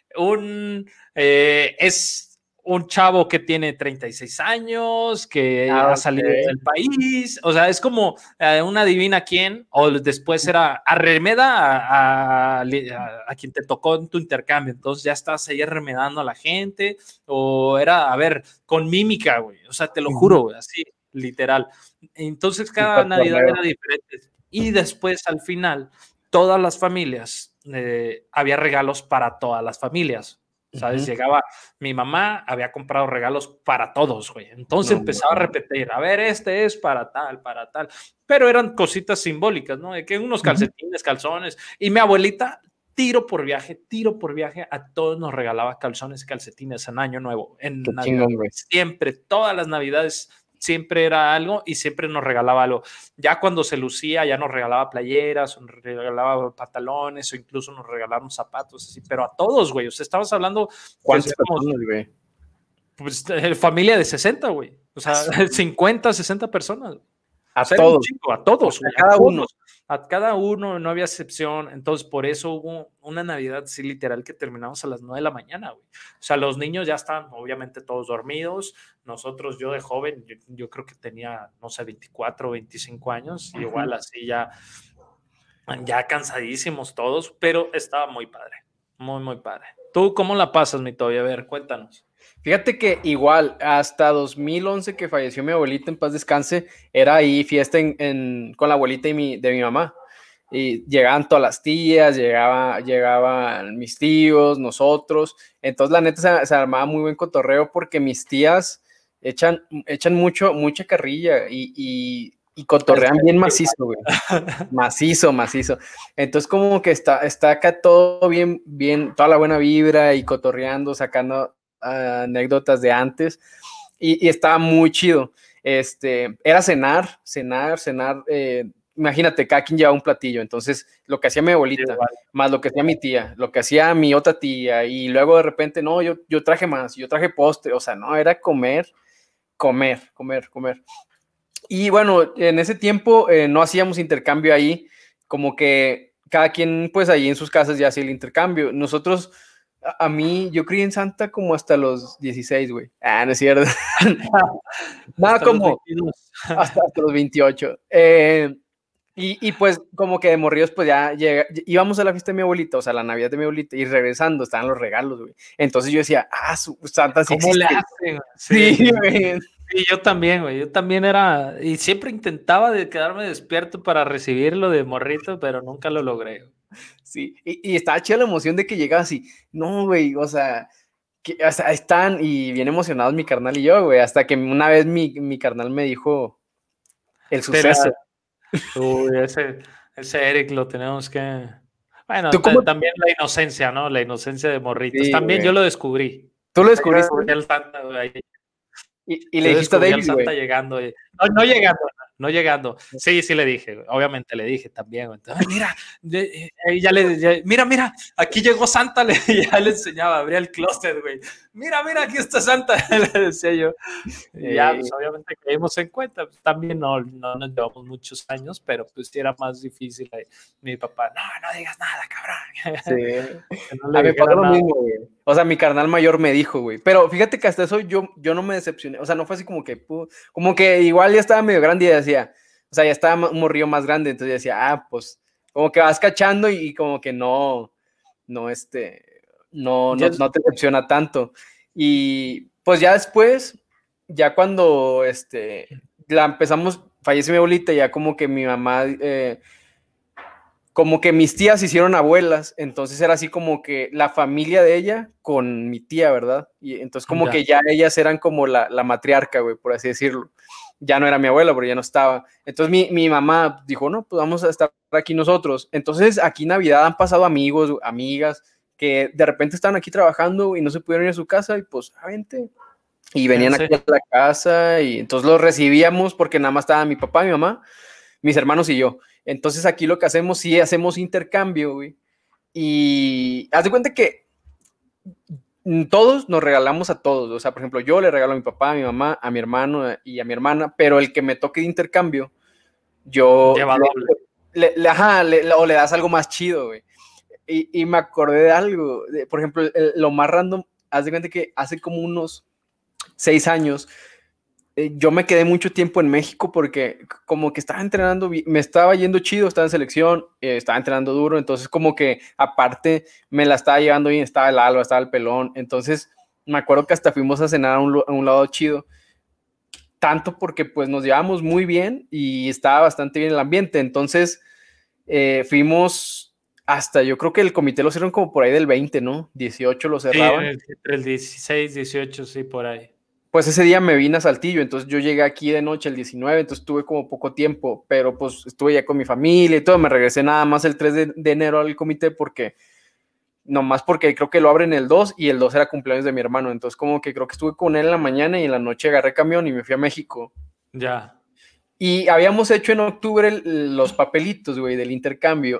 un, eh, es un chavo que tiene treinta y seis años, que ah, ha okay. salido del país. O sea, es como eh, una adivina quién, o después era arremeda a, a, a, a quien te tocó en tu intercambio. Entonces ya estás ahí arremedando a la gente, o era, a ver, con mímica, güey. O sea, te lo juro, güey, así, literal. Entonces cada Navidad era diferente. Y después, al final, todas las familias, eh, había regalos para todas las familias. ¿Sabes? Uh-huh. Llegaba mi mamá, había comprado regalos para todos, güey. Entonces no, empezaba no, no. a repetir, a ver, este es para tal, para tal. Pero eran cositas simbólicas, ¿no? De que unos calcetines, uh-huh. calzones. Y mi abuelita, tiro por viaje, tiro por viaje, a todos nos regalaba calzones y calcetines en Año Nuevo. En Qué Navidad, chingón, siempre, todas las Navidades, siempre era algo y siempre nos regalaba algo. Ya cuando se lucía, ya nos regalaba playeras, nos regalaba pantalones o incluso nos regalaron zapatos, así, pero a todos, güey. O sea, estabas hablando... ¿Cuántas personas, güey? Pues familia de sesenta, güey. O sea, cincuenta, sesenta personas. A o sea, todos. Chico, a todos, a cada uno. A cada uno, no había excepción. Entonces, por eso hubo una Navidad, sí, literal, que terminamos a las nueve de la mañana, güey. O sea, los niños ya estaban, obviamente, todos dormidos. Nosotros, yo de joven, yo, yo creo que tenía, no sé, veinticuatro, veinticinco años. Uh-huh. Igual así ya, ya cansadísimos todos, pero estaba muy padre. Muy, muy padre. ¿Tú cómo la pasas, mi Toby? A ver, cuéntanos. Fíjate que igual, hasta dos mil once que falleció mi abuelita, en paz descanse, era ahí fiesta en, en, con la abuelita y mi, de mi mamá. Y llegaban todas las tías, llegaba, llegaban mis tíos, nosotros. Entonces, la neta, se, se armaba muy buen cotorreo porque mis tías echan, echan mucho, mucha carrilla y, y, y cotorrean bien macizo, güey. Macizo, macizo. Entonces, como que está, está acá todo bien, bien, toda la buena vibra y cotorreando, sacando anécdotas de antes y, y estaba muy chido. Este, era cenar, cenar, cenar, eh, imagínate, cada quien llevaba un platillo, entonces lo que hacía mi abuelita, sí, vale. más lo que hacía mi tía, lo que hacía mi otra tía, y luego de repente, no, yo, yo traje más, yo traje postre, o sea, no, era comer, comer, comer, comer. Y bueno, en ese tiempo eh, no hacíamos intercambio ahí, como que cada quien, pues ahí en sus casas ya hacía el intercambio. Nosotros, a mí, yo crié en Santa como hasta los dieciséis, güey. Ah, no es cierto. Nada, como hasta, hasta los veintiocho. Eh, y, y pues como que de morridos, pues ya llega, íbamos a la fiesta de mi abuelita, o sea, la Navidad de mi abuelita, y regresando estaban los regalos, güey. Entonces yo decía, ah, su Santa sí ¿Cómo existe. le hacen? Sí, sí, güey. Sí, yo también, güey. Yo también era, y siempre intentaba de quedarme despierto para recibirlo de morrito, pero nunca lo logré. Sí, y, y estaba chida la emoción de que llegaba así, no, güey, o sea, que, o sea, están y bien emocionados mi carnal y yo, güey, hasta que una vez mi, mi carnal me dijo el Te la- suceso. Uy, ese, ese Eric lo tenemos que... Bueno, ¿Tú ta- cómo? también la inocencia, ¿no? La inocencia de morritos. Sí, También yo güey. lo descubrí. ¿Tú lo Yo descubriste? descubrí al Santa, güey. Y, y le Yo dijiste a descubrí al David, Santa güey. llegando. y- No, no llegando, no llegando. Sí, sí le dije, güey. Obviamente le dije también, güey. Entonces, "Ay, mira, de- eh, ya le, ya- mira, mira, aquí llegó Santa", le, ya le enseñaba, abría el closet, güey. Mira, mira, aquí está Santa, le decía yo. Y ya, Eh, pues obviamente caímos en cuenta. Pues, también no, no nos llevamos muchos años, pero pues sí era más difícil. ahí. Mi papá, no, no digas nada, sí. cabrón. Que no A le mí me pasó dijera lo nada. mismo, güey. O sea, mi carnal mayor me dijo, güey. Pero fíjate que hasta eso yo, yo no me decepcioné. O sea, no fue así como que, pu- como que igual ya estaba medio grande y decía, o sea, ya estaba ma- un morrillo más grande, entonces decía, ah, pues, como que vas cachando y, y como que no, no, este, no, Ya no, es- no te decepciona tanto. Y pues ya después, ya cuando, este, la empezamos, fallece mi abuelita, ya como que mi mamá, eh, como que mis tías se hicieron abuelas, entonces era así como que la familia de ella con mi tía, ¿verdad? Y entonces como ya, que ya ellas eran como la, la matriarca, güey, por así decirlo. Ya no era mi abuela, pero ya no estaba. Entonces mi, mi mamá dijo, no, pues vamos a estar aquí nosotros. Entonces aquí en Navidad han pasado amigos, amigas, que de repente estaban aquí trabajando y no se pudieron ir a su casa y pues, ah, vente. Y venían pensé. aquí a la casa y entonces los recibíamos porque nada más estaba mi papá, mi mamá, mis hermanos y yo. Entonces aquí lo que hacemos, sí hacemos intercambio, güey. Y haz de cuenta que todos nos regalamos a todos. O sea, por ejemplo, yo le regalo a mi papá, a mi mamá, a mi hermano y a mi hermana, pero el que me toque de intercambio, yo Lleva le, doble. le, le, ajá, le, o le das algo más chido, güey. Y, y, me acordé de algo. De, por ejemplo, el, lo más random, haz de cuenta que hace como unos seis años eh, yo me quedé mucho tiempo en México porque como que estaba entrenando, me estaba yendo chido, estaba en selección, eh, estaba entrenando duro, entonces como que aparte me la estaba llevando bien, estaba el Alba, estaba el Pelón, entonces me acuerdo que hasta fuimos a cenar a un, a un lado chido, tanto porque pues nos llevamos muy bien y estaba bastante bien el ambiente, entonces eh, fuimos hasta, yo creo que el comité lo cerraron como por ahí del veinte, ¿no? dieciocho lo Sí, cerraban. entre el dieciséis, dieciocho, sí, por ahí. Pues ese día me vine a Saltillo, entonces yo llegué aquí de noche el diecinueve, entonces tuve como poco tiempo, pero pues estuve ya con mi familia y todo, me regresé nada más el tres de, de enero al comité porque, nomás porque creo que lo abren el dos y el dos era cumpleaños de mi hermano, entonces como que creo que estuve con él en la mañana y en la noche agarré camión y me fui a México. Ya. Y habíamos hecho en octubre el, los papelitos, güey, del intercambio.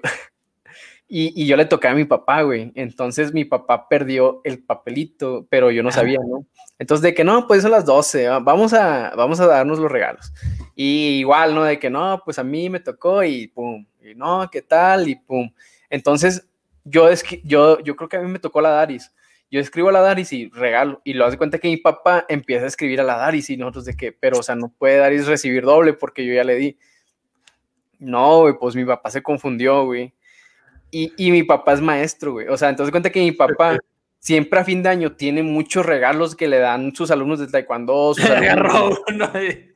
Y, y yo le toqué a mi papá, güey. Entonces mi papá perdió el papelito, pero yo no sabía, ¿no? Entonces de que no, pues son las doce, vamos a, vamos a darnos los regalos. Y igual, ¿no? De que no, pues a mí me tocó y pum, y no, ¿qué tal? Y pum. Entonces yo, yo, yo creo que a mí me tocó la Daris. Yo escribo a la Daris y regalo. Y lo hace cuenta que mi papá empieza a escribir a la Daris y nosotros de que, pero o sea, no puede Daris recibir doble porque yo ya le di. No, güey, pues mi papá se confundió, güey. Y, y mi papá es maestro, güey. O sea, entonces cuenta que mi papá siempre a fin de año tiene muchos regalos que le dan sus alumnos de taekwondo, sus alumnos. Agarró uno y...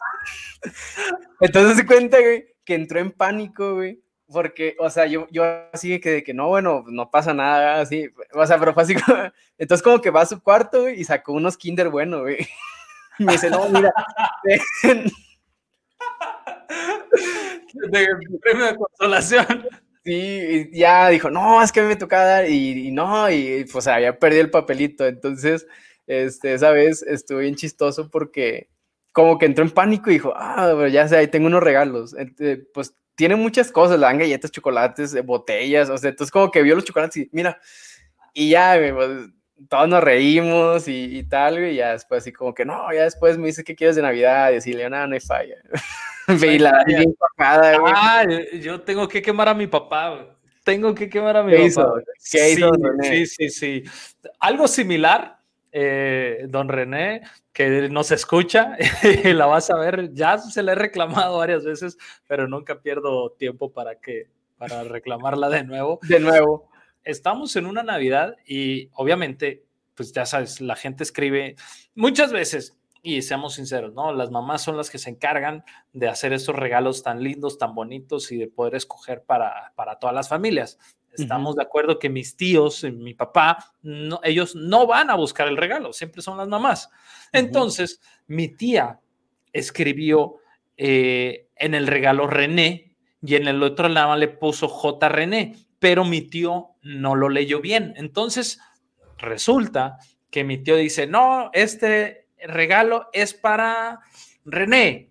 Entonces se cuenta, güey, que entró en pánico, güey. Porque, o sea, yo, yo así que de que no, bueno, no pasa nada, así. O sea, pero fue así como... Entonces como que va a su cuarto, güey, y sacó unos Kinder bueno, güey. Y me dice, no, mira. de premio de consolación. Sí, y ya dijo, no, es que a mí me tocaba dar, y, y no, y pues había perdido el papelito, entonces, este, esa vez estuvo bien chistoso porque como que entró en pánico y dijo, ah, pero ya sé, ahí tengo unos regalos, entonces, pues tiene muchas cosas, le dan galletas, chocolates, botellas, o sea, entonces como que vio los chocolates y mira, y ya, pues, todos nos reímos y, y tal, güey, y ya después así como que, no, ya después me dice, ¿qué quieres de Navidad? Y decirle, no, no hay falla. Y la bien cojada, güey. Ah, yo tengo que quemar a mi papá, güey. Tengo que quemar a mi ¿Qué hizo? papá. Güey. ¿Qué Sí, hizo René? sí, sí, sí. Algo similar, eh, don René, que nos escucha, la vas a ver, ya se la he reclamado varias veces, pero nunca pierdo tiempo para, que, para reclamarla de nuevo. De nuevo. Estamos en una Navidad y obviamente, pues ya sabes, la gente escribe muchas veces. Y seamos sinceros, ¿no? Las mamás son las que se encargan de hacer estos regalos tan lindos, tan bonitos y de poder escoger para, para todas las familias. Estamos uh-huh. de acuerdo que mis tíos, mi papá, no, ellos no van a buscar el regalo, siempre son las mamás. Entonces, uh-huh. mi tía escribió eh, en el regalo René y en el otro lado le puso J. René, pero mi tío no lo leyó bien. Entonces, resulta que mi tío dice, no, este regalo es para René.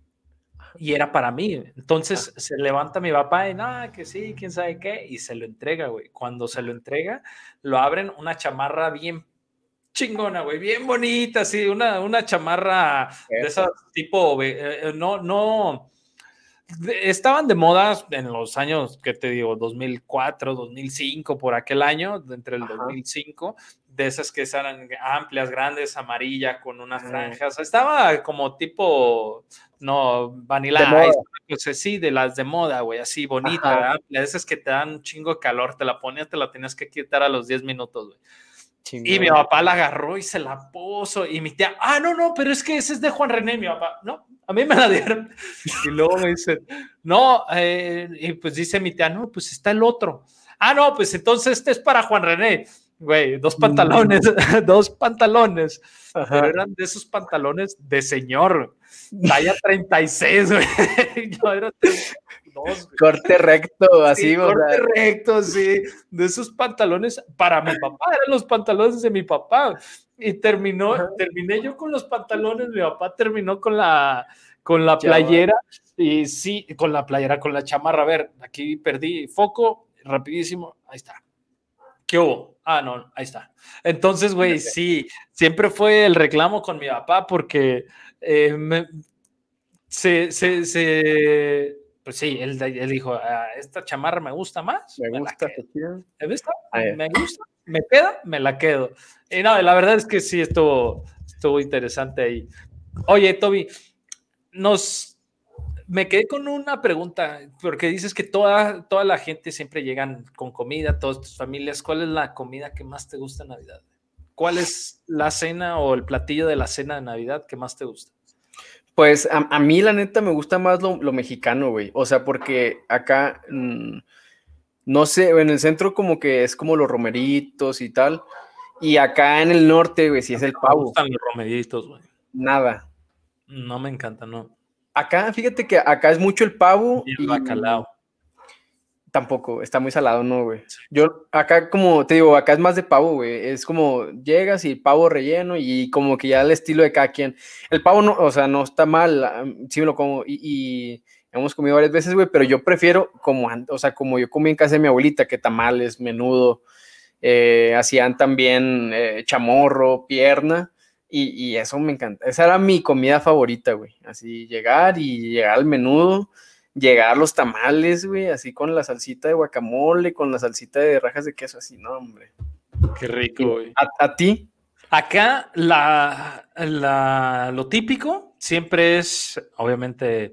Y era para mí. Entonces se levanta mi papá y nada, que sí, quién sabe qué, y se lo entrega, güey. Cuando se lo entrega, lo abren una chamarra bien chingona, güey, bien bonita, así, una, una chamarra de esas tipo, eh, no, no, de, estaban de moda en los años, ¿qué te digo? dos mil cuatro, dos mil cinco, por aquel año, entre el Ajá. dos mil cinco, de esas que eran amplias, grandes, amarilla, con unas franjas, o sea, estaba como tipo, no, Vanilla Ice, no sé, sí, de las de moda, güey, así, bonita, amplia, esas que te dan un chingo de calor, te la ponías, te la tenías que quitar a los diez minutos, güey. Chingón. Y mi papá la agarró y se la puso, y mi tía, ah, no, no, pero es que ese es de Juan René, mi papá, no, a mí me la dieron, y luego me dice, no, eh, y pues dice mi tía, no, pues está el otro, ah, no, pues entonces este es para Juan René, güey, dos pantalones, mm. dos pantalones, Ajá. pero eran de esos pantalones de señor, talla treinta y seis, güey, yo era treinta y dos, corte recto, así, sí, corte sea. recto, sí, de esos pantalones para mi papá, eran los pantalones de mi papá, y terminó, Ajá. terminé yo con los pantalones, mi papá terminó con la, con la playera, y sí, con la playera, con la chamarra, a ver, aquí perdí foco, rapidísimo, ahí está. ¿Qué hubo? Ah, no, ahí está. Entonces, güey, sí, siempre fue el reclamo con mi papá porque eh, me, se, se, se, pues sí, él, él dijo, ah, esta chamarra me gusta más. Me, me gusta, ¿Me gusta? Me gusta, me queda, me la quedo. Y no, la verdad es que sí, estuvo, estuvo interesante ahí. Oye, Toby, nos... Me quedé con una pregunta, porque dices que toda, toda la gente siempre llegan con comida, todas tus familias. ¿Cuál es la comida que más te gusta en Navidad? ¿Cuál es la cena o el platillo de la cena de Navidad que más te gusta? Pues a, a mí la neta me gusta más lo, lo mexicano, güey. O sea, porque acá, mmm, no sé, en el centro como que es como los romeritos y tal. Y acá en el norte, güey, sí es el pavo. Me gustan los romeritos, güey. Nada. No me encanta, no. Acá, fíjate que acá es mucho el pavo. Y el y bacalao. Tampoco, está muy salado, ¿no, güey? Sí. Yo, acá como te digo, acá es más de pavo, güey. Es como llegas y pavo relleno y como que ya el estilo de cada quien. El pavo, no, o sea, no está mal, sí me lo como y, y hemos comido varias veces, güey, pero yo prefiero como, o sea, como yo comí en casa de mi abuelita, que tamales, menudo, eh, hacían también eh, chamorro, pierna. Y, y eso me encanta, esa era mi comida favorita, güey, así llegar y llegar al menudo, llegar a los tamales, güey, así con la salsita de guacamole, con la salsita de rajas de queso, así, no, hombre. Qué rico, güey. ¿A, a ti? Acá la, la, lo típico siempre es, obviamente,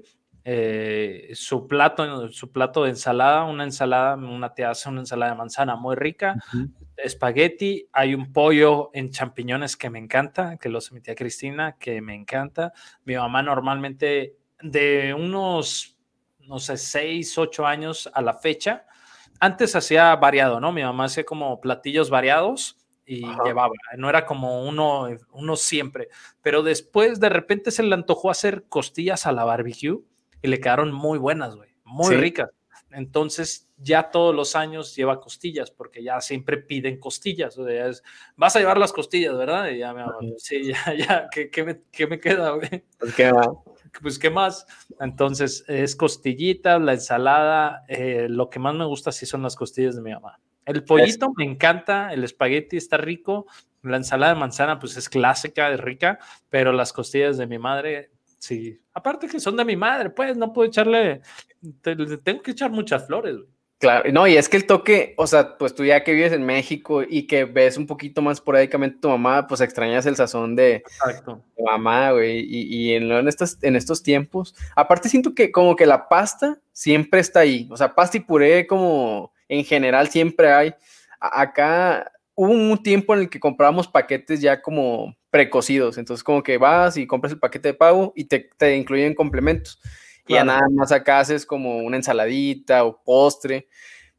eh, su plato, su plato de ensalada, una ensalada, una tía hace una ensalada de manzana muy rica, uh-huh. espagueti, hay un pollo en champiñones que me encanta, que lo hace mi tía Cristina, que me encanta. Mi mamá normalmente de unos, no sé, seis, ocho años a la fecha, antes hacía variado, ¿no? Mi mamá hacía como platillos variados y Ajá. llevaba, no era como uno, uno siempre, pero después de repente se le antojó hacer costillas a la barbecue y le quedaron muy buenas, güey, muy ¿Sí? ricas. Entonces ya todos los años lleva costillas porque ya siempre piden costillas. O sea, es, vas a llevar las costillas, ¿verdad? Y ya me uh-huh. sí, ya, ya, ¿qué, qué, me, qué me queda, güey? Pues qué más. Pues qué más. Entonces es costillitas, la ensalada. Eh, lo que más me gusta sí son las costillas de mi mamá. El pollito es. me encanta, el espagueti está rico, la ensalada de manzana pues es clásica, es rica, pero las costillas de mi madre, sí. Aparte que son de mi madre, pues no puedo echarle, te, te tengo que echar muchas flores, güey. Claro, no, y es que el toque, o sea, pues tú ya que vives en México y que ves un poquito más esporádicamente a tu mamá, pues extrañas el sazón de, Exacto. de mamá, güey, y, y en, en, estos, en estos tiempos, aparte siento que como que la pasta siempre está ahí, o sea, pasta y puré como en general siempre hay. A- acá hubo un tiempo en el que comprábamos paquetes ya como precocidos, entonces como que vas y compras el paquete de pavo y te, te incluyen complementos. Claro. Y ya nada más acá haces como una ensaladita o postre,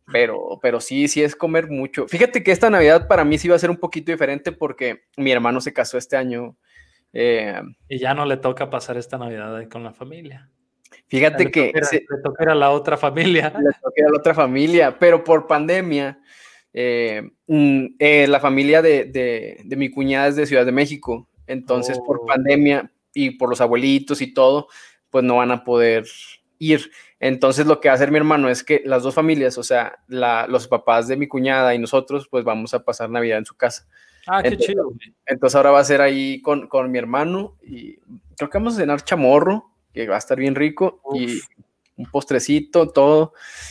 pero, pero sí, sí es comer mucho. Fíjate que esta Navidad para mí sí va a ser un poquito diferente porque mi hermano se casó este año. Eh, Y ya no le toca pasar esta Navidad ahí con la familia. fíjate Le toca que ir a, se, le toca ir a la otra familia. le toca ir a la otra familia, pero por pandemia, eh, mm, eh, la familia de, de, de mi cuñada es de Ciudad de México, entonces por Oh, pandemia y por los abuelitos y todo, pues no van a poder ir. Entonces lo que va a hacer mi hermano es que las dos familias, o sea, la, los papás de mi cuñada y nosotros, pues vamos a pasar Navidad en su casa. ah, qué Entonces, chido. entonces ahora va a ser ahí con, con mi hermano y creo que vamos a cenar chamorro, que va a estar bien rico, y Uf. un postrecito, todo.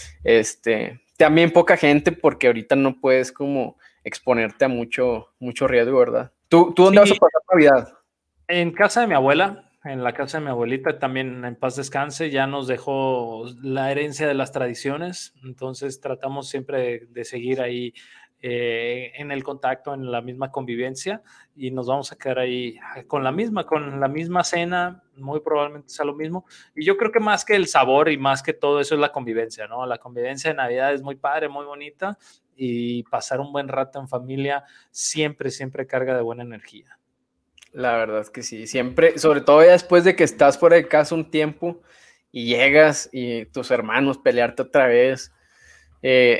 Este, también poca gente porque ahorita no puedes como exponerte a mucho, mucho riesgo, ¿verdad? ¿Tú, tú dónde vas a Sí, pasar Navidad? en casa de mi abuela, en la casa de mi abuelita, también en paz descanse, ya nos dejó la herencia de las tradiciones, entonces tratamos siempre de seguir ahí eh, en el contacto, en la misma convivencia y nos vamos a quedar ahí con la misma, con la misma cena, muy probablemente sea lo mismo. Y yo creo que más que el sabor y más que todo eso es la convivencia, ¿no? La convivencia de Navidad es muy padre, muy bonita y pasar un buen rato en familia siempre, siempre carga de buena energía. La verdad es que sí, siempre, sobre todo ya después de que estás fuera de casa un tiempo y llegas y tus hermanos pelearte otra vez. Eh,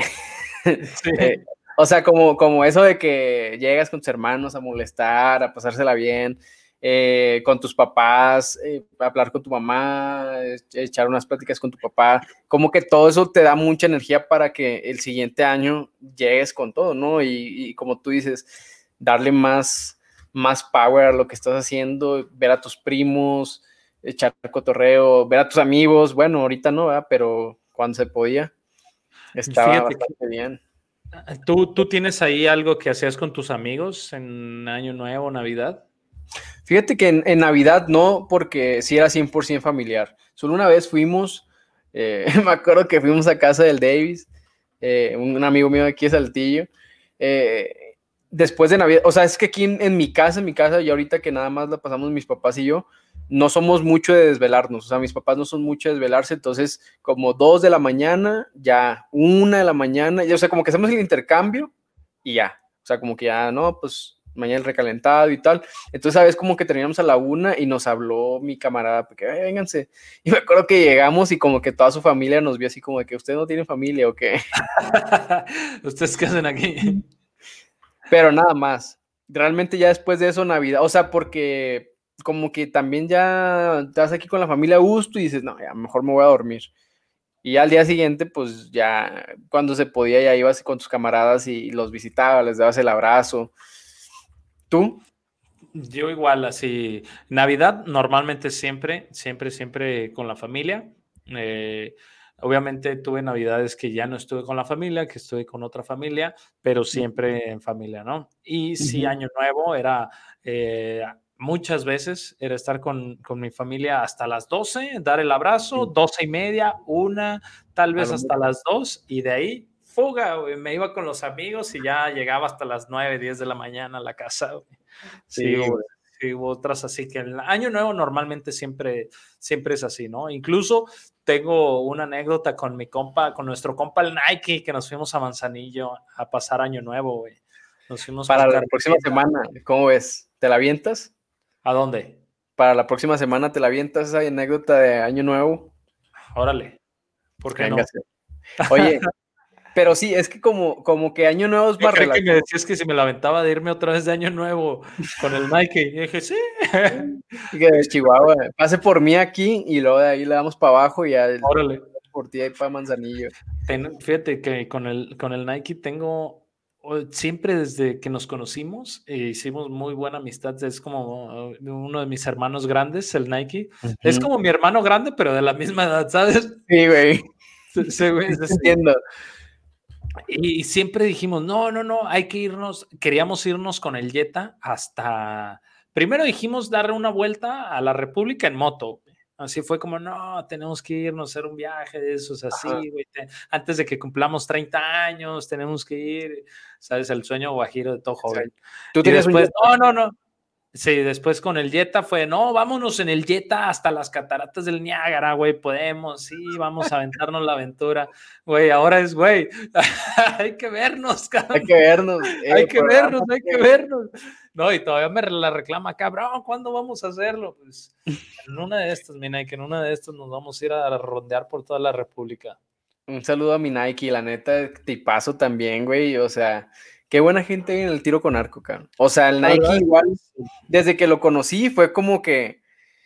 eh, Sí. o sea, como, como eso de que llegas con tus hermanos a molestar, a pasársela bien, eh, con tus papás, eh, hablar con tu mamá, echar unas pláticas con tu papá, como que todo eso te da mucha energía para que el siguiente año llegues con todo, ¿no? Y, y como tú dices, darle más, más power a lo que estás haciendo, ver a tus primos, echar cotorreo, ver a tus amigos, bueno, ahorita no, ¿verdad? Pero cuando se podía. Estaba Fíjate que bastante bien. ¿tú, tú tienes ahí algo que hacías con tus amigos en Año Nuevo, Navidad. Fíjate que en, en Navidad no, porque sí era cien por ciento familiar. Solo una vez fuimos, eh, me acuerdo que fuimos a casa del Davis, eh, un, un amigo mío de aquí de Saltillo. Eh, después de Navidad, o sea, es que aquí en, en mi casa, en mi casa, y ahorita que nada más la pasamos mis papás y yo, no somos mucho de desvelarnos. O sea, mis papás no son mucho de desvelarse, entonces como dos de la mañana, ya una de la mañana, y, o sea, como que hacemos el intercambio y ya. O sea, como que ya, no, pues mañana el recalentado y tal. Entonces, ¿sabes? Como que terminamos a la una y nos habló mi camarada, porque, "Ay, vénganse". Y me acuerdo que llegamos y como que toda su familia nos vio así como de que usted no tiene familia o qué. ¿Ustedes qué hacen aquí? Pero nada más. Realmente ya después de eso, Navidad, o sea, porque como que también ya estás aquí con la familia a gusto y dices, no, ya mejor me voy a dormir. Y ya al día siguiente, pues ya cuando se podía, ya ibas con tus camaradas y los visitabas, les dabas el abrazo. ¿Tú? Yo igual, así, Navidad normalmente siempre, siempre, siempre con la familia. Eh, obviamente tuve Navidades que ya no estuve con la familia, que estuve con otra familia, pero siempre en familia, ¿no? Y sí, Ujú. Año Nuevo era, eh, muchas veces, era estar con, con mi familia hasta las doce, dar el abrazo, Sí, doce y media, una, tal a vez lo hasta mucho. las dos, y de ahí fuga, güey. Me iba con los amigos y ya llegaba hasta las nueve, diez de la mañana a la casa, güey. Sí, Sí, hubo, güey. sí, hubo otras así que el año nuevo normalmente siempre, siempre es así, ¿no? Incluso tengo una anécdota con mi compa, con nuestro compa el Nike, que nos fuimos a Manzanillo a pasar año nuevo, güey. Nos fuimos Para con la próxima carnita. semana, ¿cómo ves? ¿Te la avientas? ¿A dónde? Para la próxima semana te la avientas esa anécdota de Año Nuevo. Órale, ¿por qué Venga, no? sí. Oye, pero sí, es que como, como que Año Nuevo es Yo más creí que me relativo. decías que si me la aventaba de irme otra vez de año nuevo con el Nike. Y dije, sí. Que de Chihuahua, pase por mí aquí y luego de ahí le damos para abajo y ya el- Órale. por ti ahí para Manzanillo. Ten- fíjate que con el, con el Nike tengo, o- siempre desde que nos conocimos, eh, hicimos muy buena amistad. Es como uh, uno de mis hermanos grandes, el Nike. Es Ujú. como mi hermano grande, pero de la misma edad, ¿sabes? Sí, güey, Se- se- güey sí es te así. entiendo. Y siempre dijimos, no, no, no, hay que irnos, queríamos irnos con el Jetta hasta, primero dijimos darle una vuelta a la República en moto. Así fue como, no, tenemos que irnos a hacer un viaje de esos Ajá. así, güey. te- Antes de que cumplamos treinta años, tenemos que ir, ¿sabes? El sueño guajiro de todo joven. Exacto. ¿Tú Y tenías un después, Jetta? no, no, no. Sí, después con el Jetta fue, no, vámonos en el Jetta hasta las cataratas del Niágara, güey, podemos, sí, vamos a aventarnos la aventura, güey, ahora es, güey, hay que vernos, cabrón. Hay que vernos. Eh, hay que vernos, hay que vernos. No, y todavía me la reclama, cabrón, ¿cuándo vamos a hacerlo? Pues en una de estas, mira, y que en una de estas nos vamos a ir a rondear por toda la República. Un saludo a mi Nike, la neta, tipazo también, güey, o sea, qué buena gente hay en el tiro con arco, cabrón. O sea, el Nike igual, desde que lo conocí, fue como que,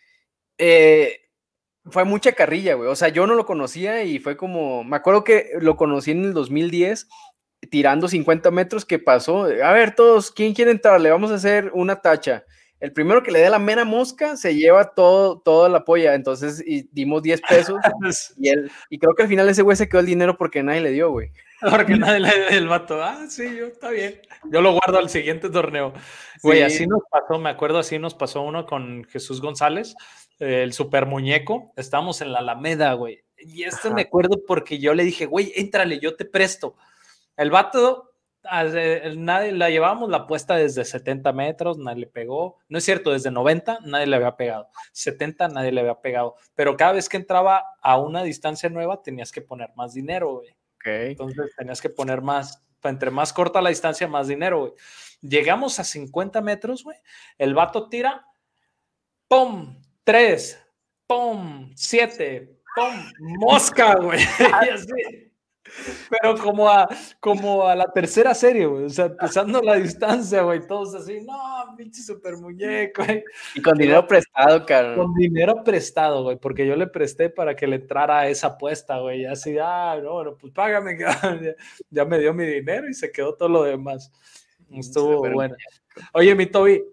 eh, fue mucha carrilla, güey, o sea, yo no lo conocía y fue como, me acuerdo que lo conocí en el dos mil diez, tirando cincuenta metros, que pasó, a ver todos, ¿quién quiere entrar? Le vamos a hacer una tacha. El primero que le dé la mera mosca se lleva todo, toda la polla. Entonces y dimos diez pesos y, él, y creo que al final ese güey se quedó el dinero porque nadie le dio, güey. Porque nadie le dio el vato. Ah, sí, yo, está bien. Yo lo guardo al siguiente torneo. Güey, sí. Así nos pasó, me acuerdo, así nos pasó uno con Jesús González, eh, el super muñeco. Estábamos en la Alameda, güey. Y este Ajá. me acuerdo porque yo le dije, güey, éntrale, yo te presto. El vato... Nadie la llevábamos la apuesta desde setenta metros, nadie le pegó, no es cierto, desde noventa nadie le había pegado, setenta nadie le había pegado, pero cada vez que entraba a una distancia nueva tenías que poner más dinero, güey. Okay. Entonces tenías que poner más, entre más corta la distancia, más dinero, güey. Llegamos a cincuenta metros, güey, el vato tira, pum, tres, pum, siete, pum, mosca, güey, y así. Pero como a, como a la tercera serie, güey, o sea, empezando la distancia, güey, todos así, no, pinche super muñeco, güey. Y con dinero prestado, cabrón. Con dinero prestado, güey, porque yo le presté para que le entrara a esa apuesta, güey, y así, ah, no, bueno, pues págame, cabrón. Ya, ya me dio mi dinero y se quedó todo lo demás. Estuvo sí, bueno. Oye, mi Toby,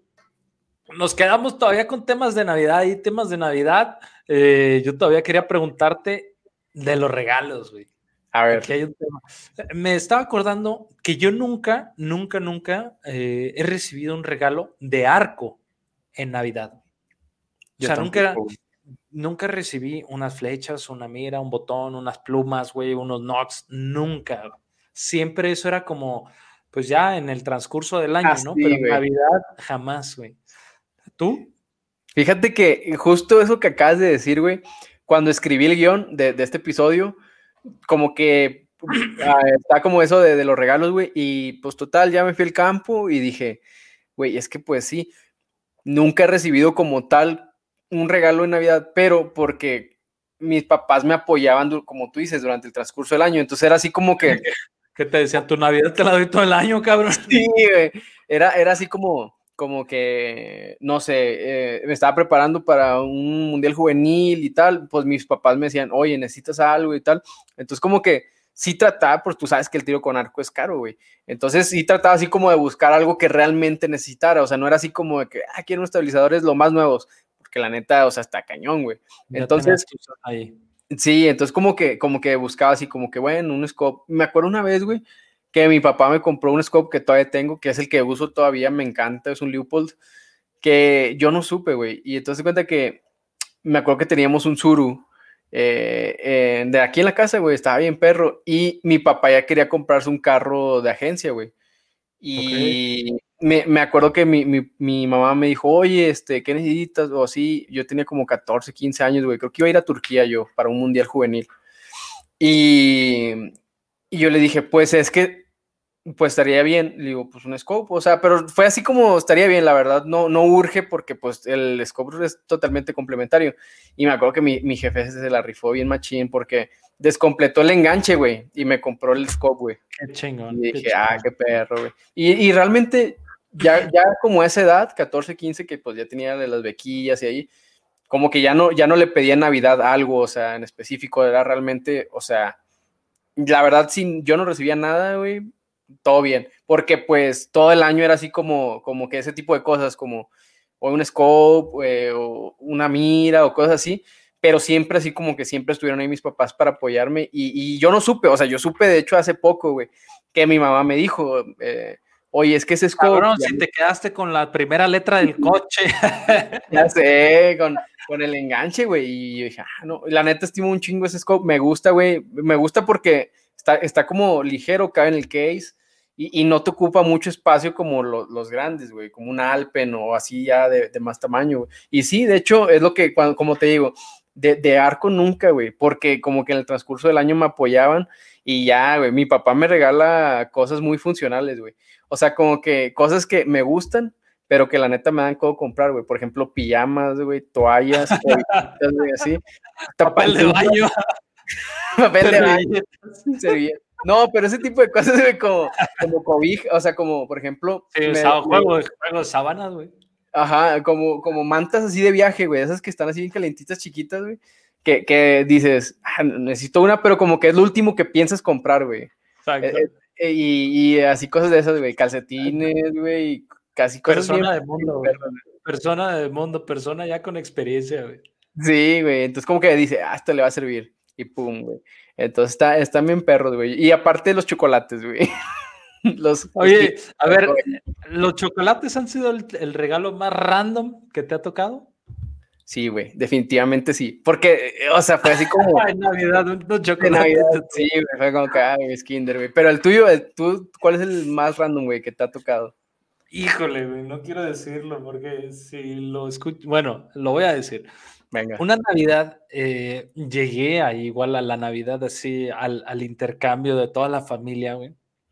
nos quedamos todavía con temas de Navidad y temas de Navidad. Eh, yo todavía quería preguntarte de los regalos, güey. A ver. Aquí hay un tema. Me estaba acordando que yo nunca, nunca, nunca eh, he recibido un regalo de arco en Navidad. O yo sea, nunca, nunca recibí unas flechas, una mira, un botón, unas plumas, güey, unos Nox, nunca. Siempre eso era como, pues ya en el transcurso del año, ah, ¿no? Sí, pero en güey. Navidad jamás, güey. ¿Tú? Fíjate que justo eso que acabas de decir, güey, cuando escribí el guión de, de este episodio, como que uh, está como eso de, de los regalos, güey, y pues total, ya me fui al campo y dije, güey, es que pues sí, nunca he recibido como tal un regalo en Navidad, pero porque mis papás me apoyaban, como tú dices, durante el transcurso del año, entonces era así como que... ¿Qué te decían? Tu Navidad te la doy todo el año, cabrón. Sí, güey, era, era así como... como que, no sé, eh, me estaba preparando para un mundial juvenil y tal, pues mis papás me decían, oye, necesitas algo y tal, entonces como que sí trataba, pues tú sabes que el tiro con arco es caro, güey, entonces sí trataba así como de buscar algo que realmente necesitara, o sea, no era así como de que, ah, quiero unos estabilizadores lo más nuevos, porque la neta, o sea, está cañón, güey, entonces, ahí. Sí, entonces como que, como que buscaba así, como que, bueno, un scope, me acuerdo una vez, güey, que mi papá me compró un scope que todavía tengo, que es el que uso todavía, me encanta, es un Leupold, que yo no supe, güey, y entonces cuenta que me acuerdo que teníamos un Zuru eh, eh, de aquí en la casa, güey, estaba bien perro, y mi papá ya quería comprarse un carro de agencia, güey, y okay. me, me acuerdo que mi, mi, mi mamá me dijo, oye, este, ¿qué necesitas? O así, yo tenía como catorce, quince años, güey, creo que iba a ir a Turquía yo, para un mundial juvenil, y... Y yo le dije, pues es que, pues estaría bien. Le digo, pues un scope, o sea, pero fue así como estaría bien, la verdad, no, no urge porque pues el scope es totalmente complementario. Y me acuerdo que mi, mi jefe se la rifó bien machín porque descompletó el enganche, güey, y me compró el scope, güey. Qué chingón. Y dije, qué chingón. ah, qué perro, güey. Y, y realmente, ya, ya como a esa edad, catorce, quince, que pues ya tenía de las bequillas y ahí, como que ya no, ya no le pedía en Navidad algo, o sea, en específico, era realmente, o sea, la verdad, sí, yo no recibía nada, güey, todo bien, porque pues todo el año era así como, como que ese tipo de cosas, como o un scope, eh, o una mira, o cosas así, pero siempre así como que siempre estuvieron ahí mis papás para apoyarme, y, y yo no supe, o sea, yo supe de hecho hace poco, güey, que mi mamá me dijo, eh, oye, es que ese scope... Cabrón, si me... te quedaste con la primera letra del coche. Ya sé, con... con el enganche, güey, y yo dije, ah, no, la neta estimo un chingo ese scope, me gusta, güey, me gusta porque está, está como ligero, cabe en el case, y, y no te ocupa mucho espacio como lo, los grandes, güey, como un Alpen o así ya de, de más tamaño, güey. Y sí, de hecho, es lo que, cuando, como te digo, de, de arco nunca, güey, porque como que en el transcurso del año me apoyaban y ya, güey, mi papá me regala cosas muy funcionales, güey. O sea, como que cosas que me gustan, pero que la neta me dan como comprar, güey. Por ejemplo, pijamas, güey, toallas, cobijitas, güey, así. Papel de baño. Papel de baño. Servilletas. No, pero ese tipo de cosas, güey, como, como cobija, o sea, como, por ejemplo... Sí, me, juego, me, juego de sábanas, güey. Ajá, como, como mantas así de viaje, güey, esas que están así bien calentitas, chiquitas, güey, que, que dices, ah, necesito una, pero como que es lo último que piensas comprar, güey. Exacto. Eh, eh, y, y así cosas de esas, güey, calcetines, güey, casi cosas persona bien... de mundo, güey. Persona de mundo, persona ya con experiencia, güey. Sí, güey, entonces como que dice, ah, esto le va a servir, y pum, güey. Entonces está, están bien perros, güey. Y aparte los chocolates, güey. Los, Oye, los... a ver, ¿los chocolates han sido el, el regalo más random que te ha tocado? Sí, güey, definitivamente sí. Porque, o sea, fue así como... En Navidad, unos chocolates. En Navidad, sí, güey, fue como que, ah, es kinder, güey. Pero el tuyo, el, tú, ¿cuál es el más random, güey, que te ha tocado? Híjole, güey, no quiero decirlo porque si lo escucho... Bueno, lo voy a decir. Venga. Una Navidad, eh, llegué a igual a la Navidad, así, al, al intercambio de toda la familia, güey.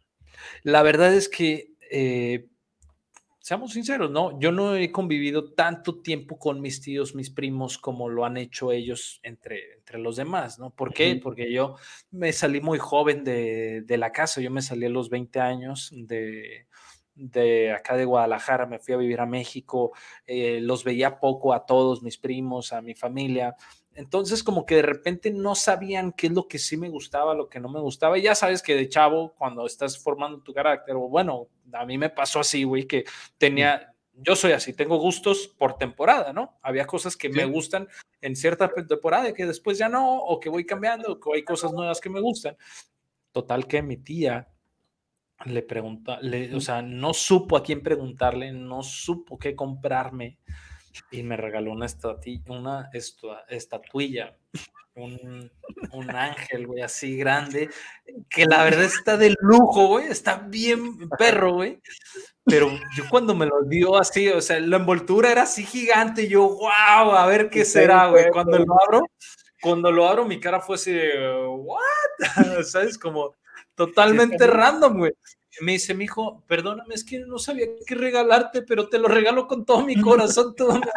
La verdad es que, eh, seamos sinceros, ¿no? Yo no he convivido tanto tiempo con mis tíos, mis primos, como lo han hecho ellos entre, entre los demás, ¿no? ¿Por qué? Uh-huh. Porque yo me salí muy joven de, de la casa, yo me salí a los veinte años de, de acá de Guadalajara, me fui a vivir a México, eh, los veía poco a todos, mis primos, a mi familia. Entonces, como que de repente no sabían qué es lo que sí me gustaba, lo que no me gustaba. Y ya sabes que de chavo, cuando estás formando tu carácter, o bueno, a mí me pasó así, güey, que tenía, yo soy así, tengo gustos por temporada, ¿no? Había cosas que sí. me gustan en cierta temporada y que después ya no, o que voy cambiando, o que hay cosas nuevas que me gustan. Total que mi tía le pregunta, le, o sea, no supo a quién preguntarle, no supo qué comprarme. Y me regaló una, estati una estatua estatuilla, un, un ángel, güey, así grande, que la verdad está de lujo, güey, está bien perro, güey. Pero yo cuando me lo dio así, o sea, la envoltura era así gigante, y yo, wow, a ver qué será, güey. Cuando lo abro, cuando lo abro, mi cara fue así de, what? ¿Sabes? Como totalmente sí, random, güey. Me dice, mijo, perdóname, es que no sabía qué regalarte, pero te lo regalo con todo mi corazón. Todo mi...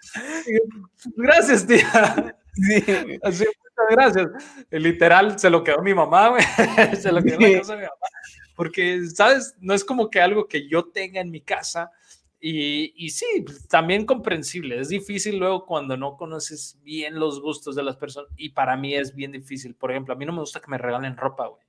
Gracias, tía. Sí. Así, muchas gracias. Literal, se lo quedó mi mamá, güey. Se lo quedó en la casa de mi mamá. Porque, ¿sabes? No es como que algo que yo tenga en mi casa. Y, y sí, también comprensible. Es difícil luego cuando no conoces bien los gustos de las personas. Y para mí es bien difícil. Por ejemplo, a mí no me gusta que me regalen ropa, güey.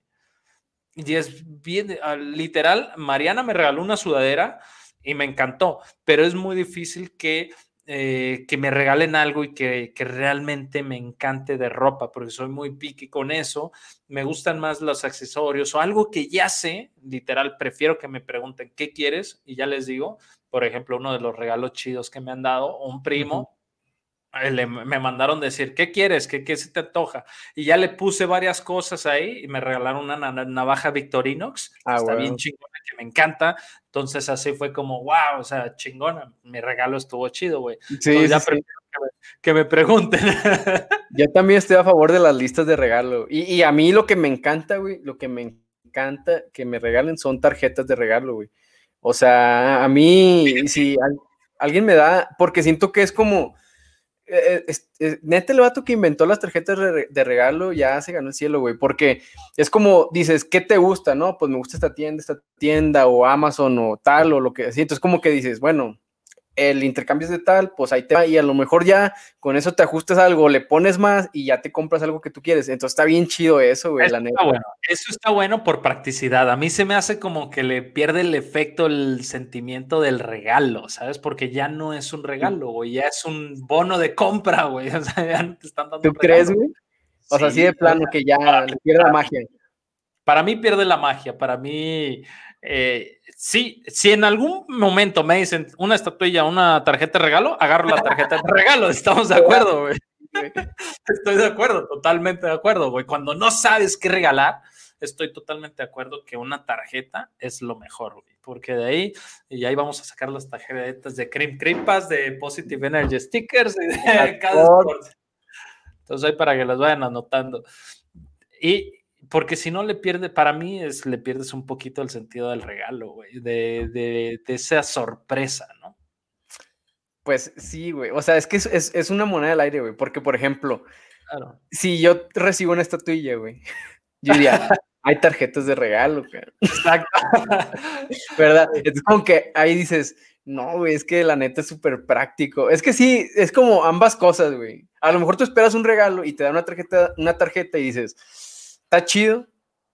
Y es bien, literal, Mariana me regaló una sudadera y me encantó, pero es muy difícil que, eh, que me regalen algo y que, que realmente me encante de ropa, porque soy muy picky con eso, me gustan más los accesorios o algo que ya sé, literal, prefiero que me pregunten ¿qué quieres? Y ya les digo, por ejemplo, uno de los regalos chidos que me han dado, un primo, uh-huh. Le, me mandaron decir, ¿qué quieres? ¿Qué, ¿Qué se te antoja? Y ya le puse varias cosas ahí y me regalaron una navaja Victorinox, que ah, está bueno. bien chingona, que me encanta. Entonces así fue como, wow, o sea, chingona. Mi regalo estuvo chido, güey. Sí, Entonces, ya sí, prefiero sí. que, me, que me pregunten. Yo también estoy a favor de las listas de regalo. Y, y a mí lo que me encanta, güey, lo que me encanta que me regalen son tarjetas de regalo, güey. O sea, a mí, si alguien me da, porque siento que es como... Eh, es, es, neta el vato que inventó las tarjetas de, de regalo ya se ganó el cielo, güey, porque es como dices, ¿qué te gusta? No, pues me gusta esta tienda, esta tienda o Amazon o tal o lo que así, entonces como que dices, bueno, el intercambio es de tal, pues ahí te va y a lo mejor ya con eso te ajustas algo, le pones más y ya te compras algo que tú quieres, entonces está bien chido eso, güey, la neta. Bueno, eso está bueno por practicidad, a mí se me hace como que le pierde el efecto, el sentimiento del regalo, ¿sabes? Porque ya no es un regalo, güey, ya es un bono de compra, güey, o sea, ya no te están dando ¿Tú un crees, regalo. güey? O sí, sea, así de plano que ya para, le pierde la magia. Para mí pierde la magia, para mí... Eh, sí, si en algún momento me dicen una estatuilla, una tarjeta de regalo, agarro la tarjeta de regalo, estamos de acuerdo, güey. Estoy de acuerdo, totalmente de acuerdo, güey. Cuando no sabes qué regalar, estoy totalmente de acuerdo que una tarjeta es lo mejor, güey, porque de ahí, y ahí vamos a sacar las tarjetas de Cream Creepas, de Positive Energy Stickers y de cada sport. Entonces ahí para que las vayan anotando. Y porque si no le pierde, para mí es, le pierdes un poquito el sentido del regalo, güey, de, de, de esa sorpresa, ¿no? Pues sí, güey. O sea, es que es, es, es una moneda al aire, güey. Porque, por ejemplo, claro. si yo recibo una estatuilla, güey, yo diría, hay tarjetas de regalo, güey. Exacto. ¿Verdad? Es como que ahí dices, no, güey, es que la neta es súper práctico. Es que sí, es como ambas cosas, güey. A lo mejor tú esperas un regalo y te dan una tarjeta, una tarjeta y dices, está chido,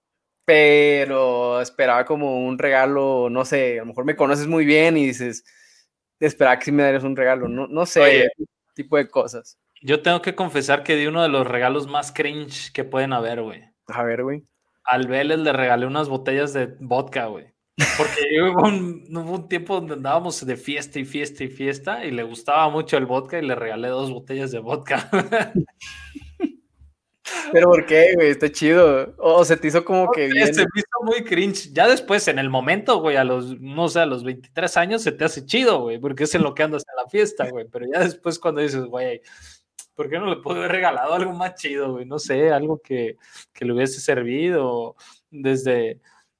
pero esperaba como un regalo, no sé, a lo mejor me conoces muy bien y dices, esperaba que sí me darías un regalo, no, no sé, Oye, ese tipo de cosas. Yo tengo que confesar que di uno de los regalos más cringe que pueden haber, güey. A ver, güey. Al Vélez le regalé unas botellas de vodka, güey. Porque hubo un, hubo un tiempo donde andábamos de fiesta y fiesta y fiesta y le gustaba mucho el vodka y le regalé dos botellas de vodka. ¿Pero por qué, güey? Está chido. O se te hizo como No que sé, bien. se me hizo muy cringe. Ya después, en el momento, güey, a los, no sé, a los veintitrés años se te hace chido, güey, porque es en lo que andas en la fiesta, güey. Pero ya después cuando dices, güey, ¿por qué no le puedo haber regalado algo más chido, güey? No sé, algo que, que le hubiese servido desde